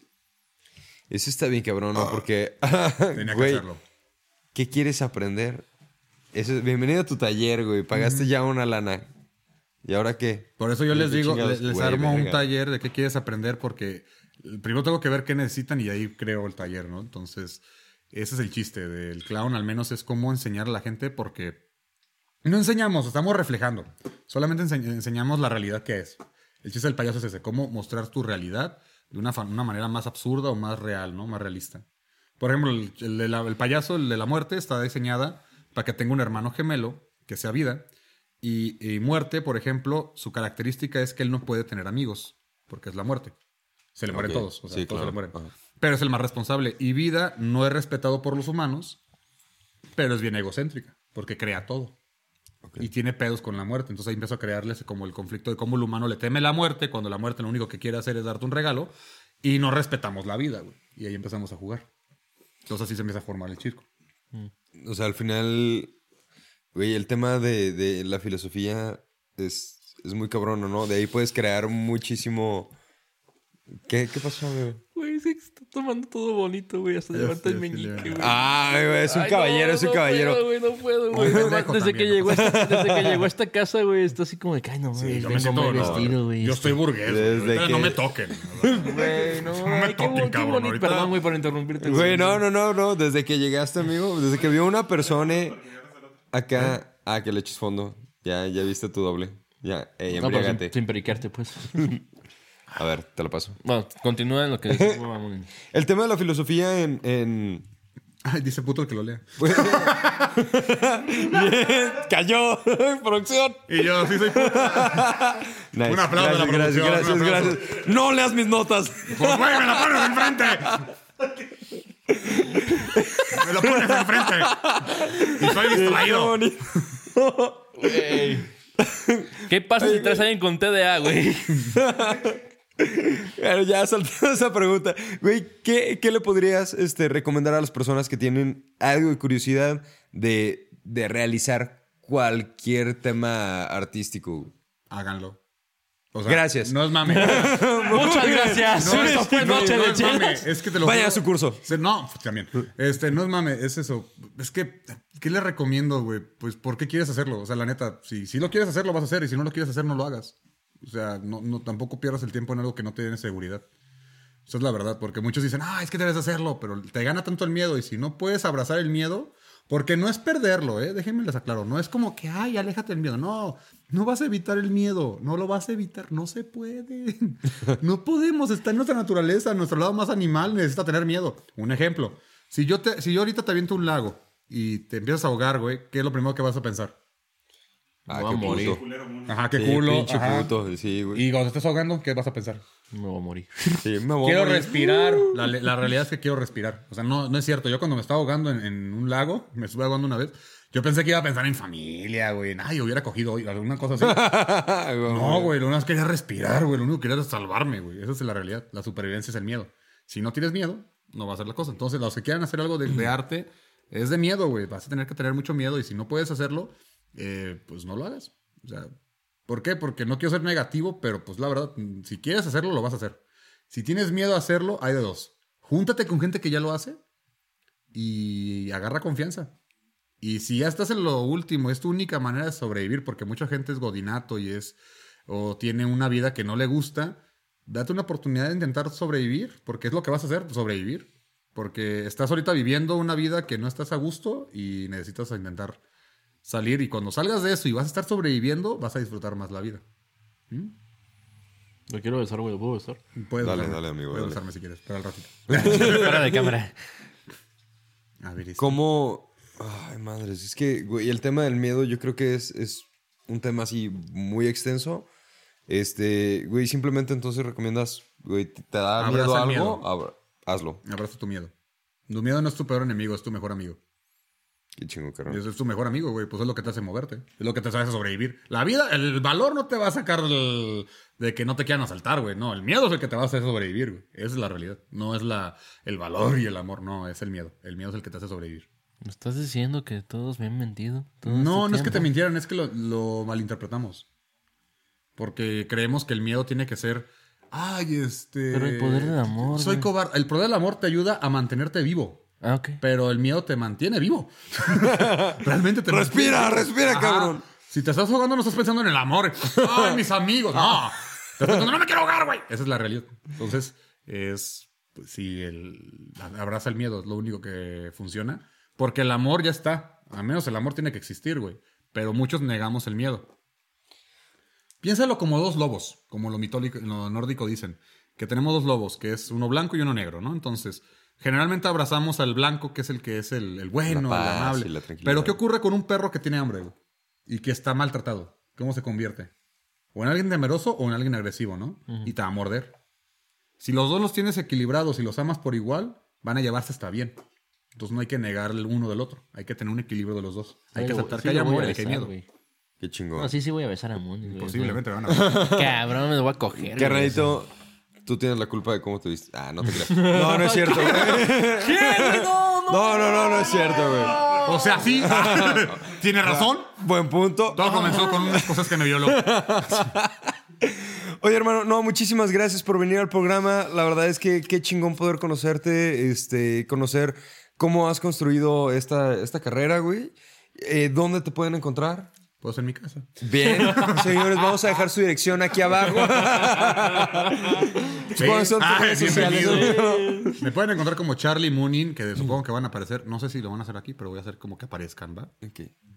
Speaker 1: Eso está bien cabrón, ¿no? Porque,
Speaker 3: tenía
Speaker 1: güey,
Speaker 3: que hacerlo.
Speaker 1: ¿Qué quieres aprender? Eso es, bienvenido a tu taller, güey. Pagaste mm. ya una lana. ¿Y ahora qué?
Speaker 3: Por eso yo les digo,
Speaker 1: chingados,
Speaker 3: les
Speaker 1: güey,
Speaker 3: armo
Speaker 1: verga.
Speaker 3: un taller de qué quieres aprender, porque primero tengo que ver qué necesitan y ahí creo el taller, ¿no? Entonces... Ese es el chiste del clown, al menos es cómo enseñar a la gente porque no enseñamos, estamos reflejando. Solamente ense- enseñamos la realidad que es. El chiste del payaso es ese, cómo mostrar tu realidad de una, fa- una manera más absurda o más real, ¿no? Más realista. Por ejemplo, el, el, de la, el payaso, el de la muerte, está diseñada para que tenga un hermano gemelo que sea vida. Y, y muerte, por ejemplo, su característica es que él no puede tener amigos porque es la muerte. Se le mueren
Speaker 1: Okay.
Speaker 3: todos, o sea,
Speaker 1: Sí,
Speaker 3: todos
Speaker 1: claro.
Speaker 3: se le mueren.
Speaker 1: Ajá.
Speaker 3: Pero es el más responsable. Y vida no es respetado por los humanos, pero es bien egocéntrica, porque crea todo. Okay. Y tiene pedos con la muerte. Entonces ahí empezó a crearles como el conflicto de cómo el humano le teme la muerte, cuando la muerte lo único que quiere hacer es darte un regalo, y no respetamos la vida, güey. Y ahí empezamos a jugar. Entonces así se empieza a formar el circo.
Speaker 1: O sea, al final, güey, el tema de, de la filosofía es, es muy cabrón, ¿no? De ahí puedes crear muchísimo... ¿Qué, qué pasó, amigo?
Speaker 2: Güey, se está tomando todo bonito, güey. Hasta levanta el meñique, güey.
Speaker 1: Ay, güey, es un
Speaker 2: Ay,
Speaker 1: caballero,
Speaker 2: no,
Speaker 1: es un
Speaker 2: no
Speaker 1: caballero.
Speaker 2: Puedo, güey, no puedo, güey.
Speaker 3: Muy
Speaker 2: Desde,
Speaker 3: pendejo
Speaker 2: desde que
Speaker 3: también,
Speaker 2: llegó
Speaker 3: ¿no?
Speaker 2: esta, desde que llegó a esta casa, güey, está así como de que, ay, no, güey,
Speaker 3: Yo me
Speaker 2: vengo
Speaker 3: siento
Speaker 2: muy
Speaker 3: no,
Speaker 2: vestido, güey.
Speaker 3: Yo estoy burgués. güey.
Speaker 1: Desde
Speaker 3: Ahorita
Speaker 1: que-
Speaker 3: No me toquen.
Speaker 2: Güey, no,
Speaker 3: No me
Speaker 2: ay, qué
Speaker 3: toquen,
Speaker 2: bo- qué
Speaker 3: cabrón,
Speaker 2: bonito.
Speaker 3: ahorita-
Speaker 2: Perdón, güey, por interrumpirte.
Speaker 1: Güey, no, no, no, no. Desde que llegaste, amigo, desde que vio una persona acá. Ah, que le eches fondo. Ya, ya viste tu doble. Ya, ey,
Speaker 2: No, pero sin,
Speaker 1: embriágate.
Speaker 2: sin periquearte, pues.
Speaker 1: A ver, te lo paso.
Speaker 2: Bueno, continúa en lo que dices. Mamón.
Speaker 1: El tema de la filosofía en... en...
Speaker 3: Ay, dice puto el que lo lea.
Speaker 1: Bien, cayó. Producción.
Speaker 3: Y yo sí soy puto.
Speaker 1: Nice.
Speaker 3: Un aplauso a la
Speaker 1: Gracias,
Speaker 3: producción,
Speaker 1: Gracias,
Speaker 3: un aplauso.
Speaker 1: gracias. No leas mis notas.
Speaker 3: Pues güey, me la pones enfrente. Me lo pones enfrente. Y soy
Speaker 1: Qué
Speaker 3: distraído.
Speaker 1: bonito.
Speaker 2: ¿Qué pasa si traes a alguien con T D A, güey?
Speaker 1: Pero ya saltando esa pregunta. Güey, ¿qué, qué le podrías este, recomendar a las personas que tienen algo de curiosidad de, de realizar cualquier tema artístico?
Speaker 3: Háganlo. O sea,
Speaker 1: Gracias.
Speaker 3: No es mame.
Speaker 2: Muchas gracias.
Speaker 3: No,
Speaker 2: Esto
Speaker 3: es,
Speaker 2: fue
Speaker 3: no,
Speaker 2: Noche
Speaker 3: no
Speaker 2: de
Speaker 3: es mame.
Speaker 2: Chelas.
Speaker 3: Es que te lo
Speaker 1: Vayan
Speaker 3: juro.
Speaker 1: a su curso.
Speaker 3: Se- No, también. Este, no es mame, es eso. Es que, ¿qué le recomiendo, güey? Pues, ¿por qué quieres hacerlo? O sea, la neta, si, si lo quieres hacer, lo vas a hacer. Y si no lo quieres hacer, no lo hagas. O sea, no, no, tampoco pierdas el tiempo en algo que no te dé seguridad. Esa es la verdad, porque muchos dicen, ah, es que debes hacerlo, pero te gana tanto el miedo. Y si no puedes abrazar el miedo, porque no es perderlo, ¿eh? Déjenme les aclaro. No es como que, ay, aléjate del miedo. No, no vas a evitar el miedo. No lo vas a evitar. No se puede. No podemos. Está en nuestra naturaleza. Nuestro lado más animal necesita tener miedo. Un ejemplo. Si yo, te, si yo ahorita te aviento un lago y te empiezas a ahogar, güey, ¿qué es lo primero que vas a pensar?
Speaker 1: Ah,
Speaker 2: Me voy a
Speaker 1: qué
Speaker 2: morir.
Speaker 1: puto.
Speaker 3: Ajá, qué
Speaker 1: Sí,
Speaker 3: culo.
Speaker 1: pinche
Speaker 3: ajá.
Speaker 1: puto. Sí, güey.
Speaker 3: Y cuando te estás ahogando, ¿qué vas a pensar?
Speaker 2: Me voy a morir.
Speaker 1: Sí, me voy a
Speaker 3: Quiero
Speaker 1: morir.
Speaker 3: respirar. La, la realidad es que quiero respirar. O sea, no, no es cierto. Yo cuando me estaba ahogando en, en un lago, me estuve ahogando una vez, yo pensé que iba a pensar en familia, güey. Ay, hubiera cogido hoy alguna cosa así. No, güey. Lo único que quería querer respirar, güey. Lo único que quería era salvarme, güey. Esa es la realidad. La supervivencia es el miedo. Si no tienes miedo, no va a ser la cosa. Entonces, los que quieran hacer algo de, de arte, es de miedo, güey. Vas a tener que tener mucho miedo. Y si no puedes hacerlo, eh, pues no lo hagas. O sea, ¿por qué? Porque no quiero ser negativo, pero pues la verdad, si quieres hacerlo, lo vas a hacer. Si tienes miedo a hacerlo, hay de dos. Júntate con gente que ya lo hace y agarra confianza. Y si ya estás en lo último, es tu única manera de sobrevivir, porque mucha gente es godinato y es o tiene una vida que no le gusta, date una oportunidad de intentar sobrevivir, porque es lo que vas a hacer, sobrevivir. Porque estás ahorita viviendo una vida que no estás a gusto y necesitas intentar salir. Y cuando salgas de eso y vas a estar sobreviviendo, vas a disfrutar más la vida. ¿Mm?
Speaker 2: Lo quiero besar, güey. ¿Lo puedo besar?
Speaker 3: Puedes
Speaker 1: Dale,
Speaker 3: besarme.
Speaker 1: dale, amigo,
Speaker 3: Puedes
Speaker 1: dale.
Speaker 3: besarme si quieres, pero al ratito.
Speaker 2: Fuera de cámara.
Speaker 3: A ver, este.
Speaker 1: ¿Cómo? Ay, madres. Es que, güey, el tema del miedo yo creo que es, es un tema así muy extenso. Este, güey, simplemente entonces recomiendas, güey, ¿te te da
Speaker 3: Abraza
Speaker 1: miedo a
Speaker 3: el
Speaker 1: algo?
Speaker 3: miedo.
Speaker 1: Abra- hazlo.
Speaker 3: Abraza tu miedo. Tu miedo no es tu peor enemigo, es tu mejor amigo.
Speaker 1: Qué chingo, carnal.
Speaker 3: Eso es tu mejor amigo, güey. Pues es lo que te hace moverte. Es lo que te hace sobrevivir. La vida, el valor no te va a sacar del- de que no te quieran asaltar, güey. No, el miedo es el que te va a hacer sobrevivir, güey. Esa es la realidad. No es la, el valor y el amor. No, es el miedo. El miedo es el que te hace sobrevivir.
Speaker 2: ¿Me estás diciendo que todos me han mentido? todo
Speaker 3: No,
Speaker 2: este
Speaker 3: no es que te
Speaker 2: tiempo?
Speaker 3: mintieran, es que lo, lo malinterpretamos. Porque creemos que el miedo tiene que ser. Ay, este.
Speaker 2: Pero el poder del amor,
Speaker 3: Soy
Speaker 2: güey.
Speaker 3: cobarde. El poder del amor te ayuda a mantenerte vivo.
Speaker 2: Ah, ok.
Speaker 3: Pero el miedo te mantiene vivo. Realmente te
Speaker 1: Respira,
Speaker 3: mantiene-
Speaker 1: respira,
Speaker 3: Ajá.
Speaker 1: cabrón.
Speaker 3: Si te estás ahogando, no estás pensando en el amor. Ay, mis amigos. No. Estás pensando, no me quiero ahogar, güey. Esa es la realidad. Entonces, es. Pues, sí, el. Abraza el miedo, es lo único que funciona. Porque el amor ya está. Al menos el amor tiene que existir, güey. Pero muchos negamos el miedo. Piénsalo como dos lobos, como lo mitólico, lo nórdico dicen, que tenemos dos lobos, que es uno blanco y uno negro, ¿no? Entonces, generalmente abrazamos al blanco, que es el que es el, el bueno,
Speaker 1: La paz
Speaker 3: el amable.
Speaker 1: y la tranquilidad.
Speaker 3: Pero ¿qué ocurre con un perro que tiene hambre, güey? Y que está maltratado? ¿Cómo se convierte? O en alguien temeroso o en alguien agresivo, ¿no? Y te va a morder. Si los dos los tienes equilibrados y los amas por igual, van a llevarse hasta bien. Entonces no hay que negar el uno del otro. Hay que tener un equilibrio de los dos. Hay
Speaker 2: Sí,
Speaker 3: que
Speaker 2: lo-
Speaker 3: aceptar
Speaker 2: sí
Speaker 3: que hay
Speaker 2: lo voy
Speaker 3: amor
Speaker 2: a
Speaker 3: y que hay
Speaker 2: besar,
Speaker 3: miedo.
Speaker 2: güey.
Speaker 1: Qué chingón.
Speaker 2: No, sí, sí voy a besar a Moni, güey.
Speaker 3: Posiblemente van a ver.
Speaker 2: Cabrón, me lo voy a coger. güey.
Speaker 1: Carnalito, tú tienes la culpa de cómo te viste. Ah, no te creas. No, no es cierto, güey.
Speaker 2: No, no.
Speaker 1: No, no, no, no es cierto, güey.
Speaker 3: O sea, sí. Tiene razón.
Speaker 1: Buen punto.
Speaker 3: Todo comenzó con unas cosas que me violó.
Speaker 1: Oye, hermano, no, muchísimas gracias por venir al programa. La verdad es que qué chingón poder conocerte, este, conocer cómo has construido esta, esta carrera, güey. Eh, ¿Dónde te pueden encontrar?
Speaker 3: Puedo ser en mi casa.
Speaker 1: Bien, señores, vamos a dejar su dirección aquí abajo.
Speaker 3: Sí.
Speaker 1: ¿Cuáles son tus
Speaker 3: Ah,
Speaker 1: redes sociales?
Speaker 3: bienvenido. Me pueden encontrar como Charlie Moonin, que supongo que van a aparecer. No sé si lo van a hacer aquí, pero voy a hacer como que aparezcan, ¿va?
Speaker 1: Ok.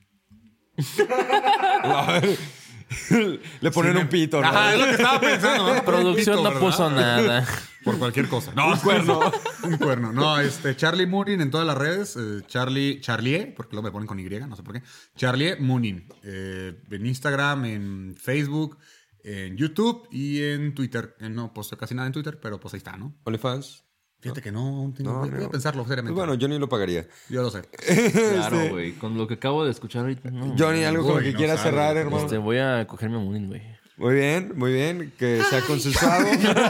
Speaker 1: Le ponen
Speaker 3: Sí, me-
Speaker 1: un pito, ¿no?
Speaker 3: Ajá, es lo que estaba pensando. ¿no?
Speaker 2: Producción
Speaker 3: Un
Speaker 2: no
Speaker 3: pito,
Speaker 2: puso
Speaker 3: ¿verdad?
Speaker 2: nada.
Speaker 3: Por cualquier cosa. No, un cuerno. un cuerno. No, este, Charlie Moonin en todas las redes. Eh, Charlie, Charlie, porque luego me ponen con Y, no sé por qué. Charlie Moonin. Eh, en Instagram, en Facebook, en YouTube y en Twitter. Eh, no posto casi nada en Twitter, pero pues ahí está, ¿no?
Speaker 1: ¿OnlyFans?
Speaker 3: Fíjate que no, aún tengo-
Speaker 1: No,
Speaker 3: voy, voy
Speaker 1: no.
Speaker 3: a pensarlo
Speaker 1: Pues
Speaker 3: seriamente.
Speaker 1: bueno, yo ni lo pagaría.
Speaker 3: Yo lo sé.
Speaker 2: Claro, güey. Con lo que acabo de escuchar ahorita. No,
Speaker 1: Johnny, algo con lo
Speaker 3: Uy,
Speaker 1: que
Speaker 3: no
Speaker 1: quieras
Speaker 3: sabe,
Speaker 1: cerrar,
Speaker 3: güey.
Speaker 1: hermano.
Speaker 2: Este, voy a cogerme a Moonin, güey.
Speaker 1: Muy bien, muy bien. Que sea consensuado.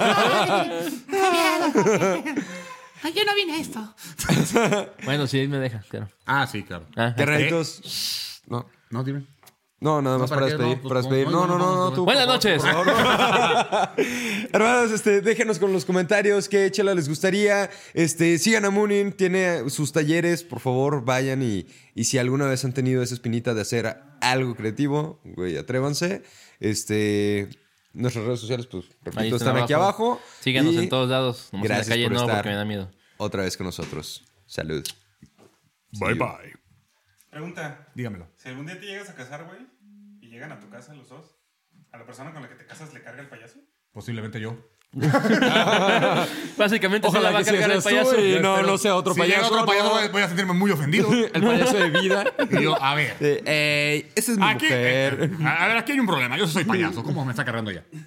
Speaker 5: Ay, yo no vine a esto.
Speaker 2: Bueno, sí, me deja, claro.
Speaker 3: Ah, sí, claro.
Speaker 2: Ah,
Speaker 1: Carnalitos. No,
Speaker 3: No, dime.
Speaker 1: no, nada
Speaker 3: No,
Speaker 1: más
Speaker 3: ¿para
Speaker 1: para
Speaker 3: qué?
Speaker 1: despedir.
Speaker 3: No, pues,
Speaker 1: para
Speaker 3: no,
Speaker 1: despedir. No,
Speaker 3: no,
Speaker 1: no, no,
Speaker 3: no,
Speaker 1: no.
Speaker 3: no.
Speaker 1: tú,
Speaker 2: Buenas
Speaker 1: por favor,
Speaker 2: noches.
Speaker 1: por favor. Hermanos, este, déjenos con los comentarios qué chela les gustaría. Este, sigan a Moonin, tiene sus talleres, por favor, vayan y, y si alguna vez han tenido esa espinita de hacer algo creativo, güey, atrévanse. Este, nuestras redes sociales, pues, repito,
Speaker 2: Ahí
Speaker 1: están,
Speaker 2: están
Speaker 1: aquí
Speaker 2: abajo.
Speaker 1: abajo.
Speaker 2: Síganos
Speaker 1: Y
Speaker 2: en todos lados. Nomás
Speaker 1: gracias
Speaker 2: en la calle
Speaker 1: por
Speaker 2: no,
Speaker 1: estar
Speaker 2: porque me da miedo.
Speaker 1: otra vez con nosotros. Salud.
Speaker 3: Bye, bye.
Speaker 7: Pregunta.
Speaker 3: Dígamelo.
Speaker 7: Si algún día te llegas a casar, güey, y llegan a tu casa los dos, ¿a la persona con la que te casas le carga el payaso?
Speaker 3: Posiblemente yo.
Speaker 2: Básicamente se la va a
Speaker 1: que
Speaker 2: cargar el
Speaker 1: seas tú
Speaker 2: payaso.
Speaker 1: y no, no sea otro
Speaker 3: si
Speaker 1: payaso.
Speaker 3: llega otro
Speaker 1: ¿no?
Speaker 3: payaso, voy- voy a sentirme muy ofendido.
Speaker 1: El payaso de vida.
Speaker 3: Y yo, a ver.
Speaker 1: Eh, ey, esa es mi
Speaker 3: Aquí,
Speaker 1: mujer.
Speaker 3: a ver, aquí hay un problema. Yo soy payaso. ¿Cómo me está cargando ya?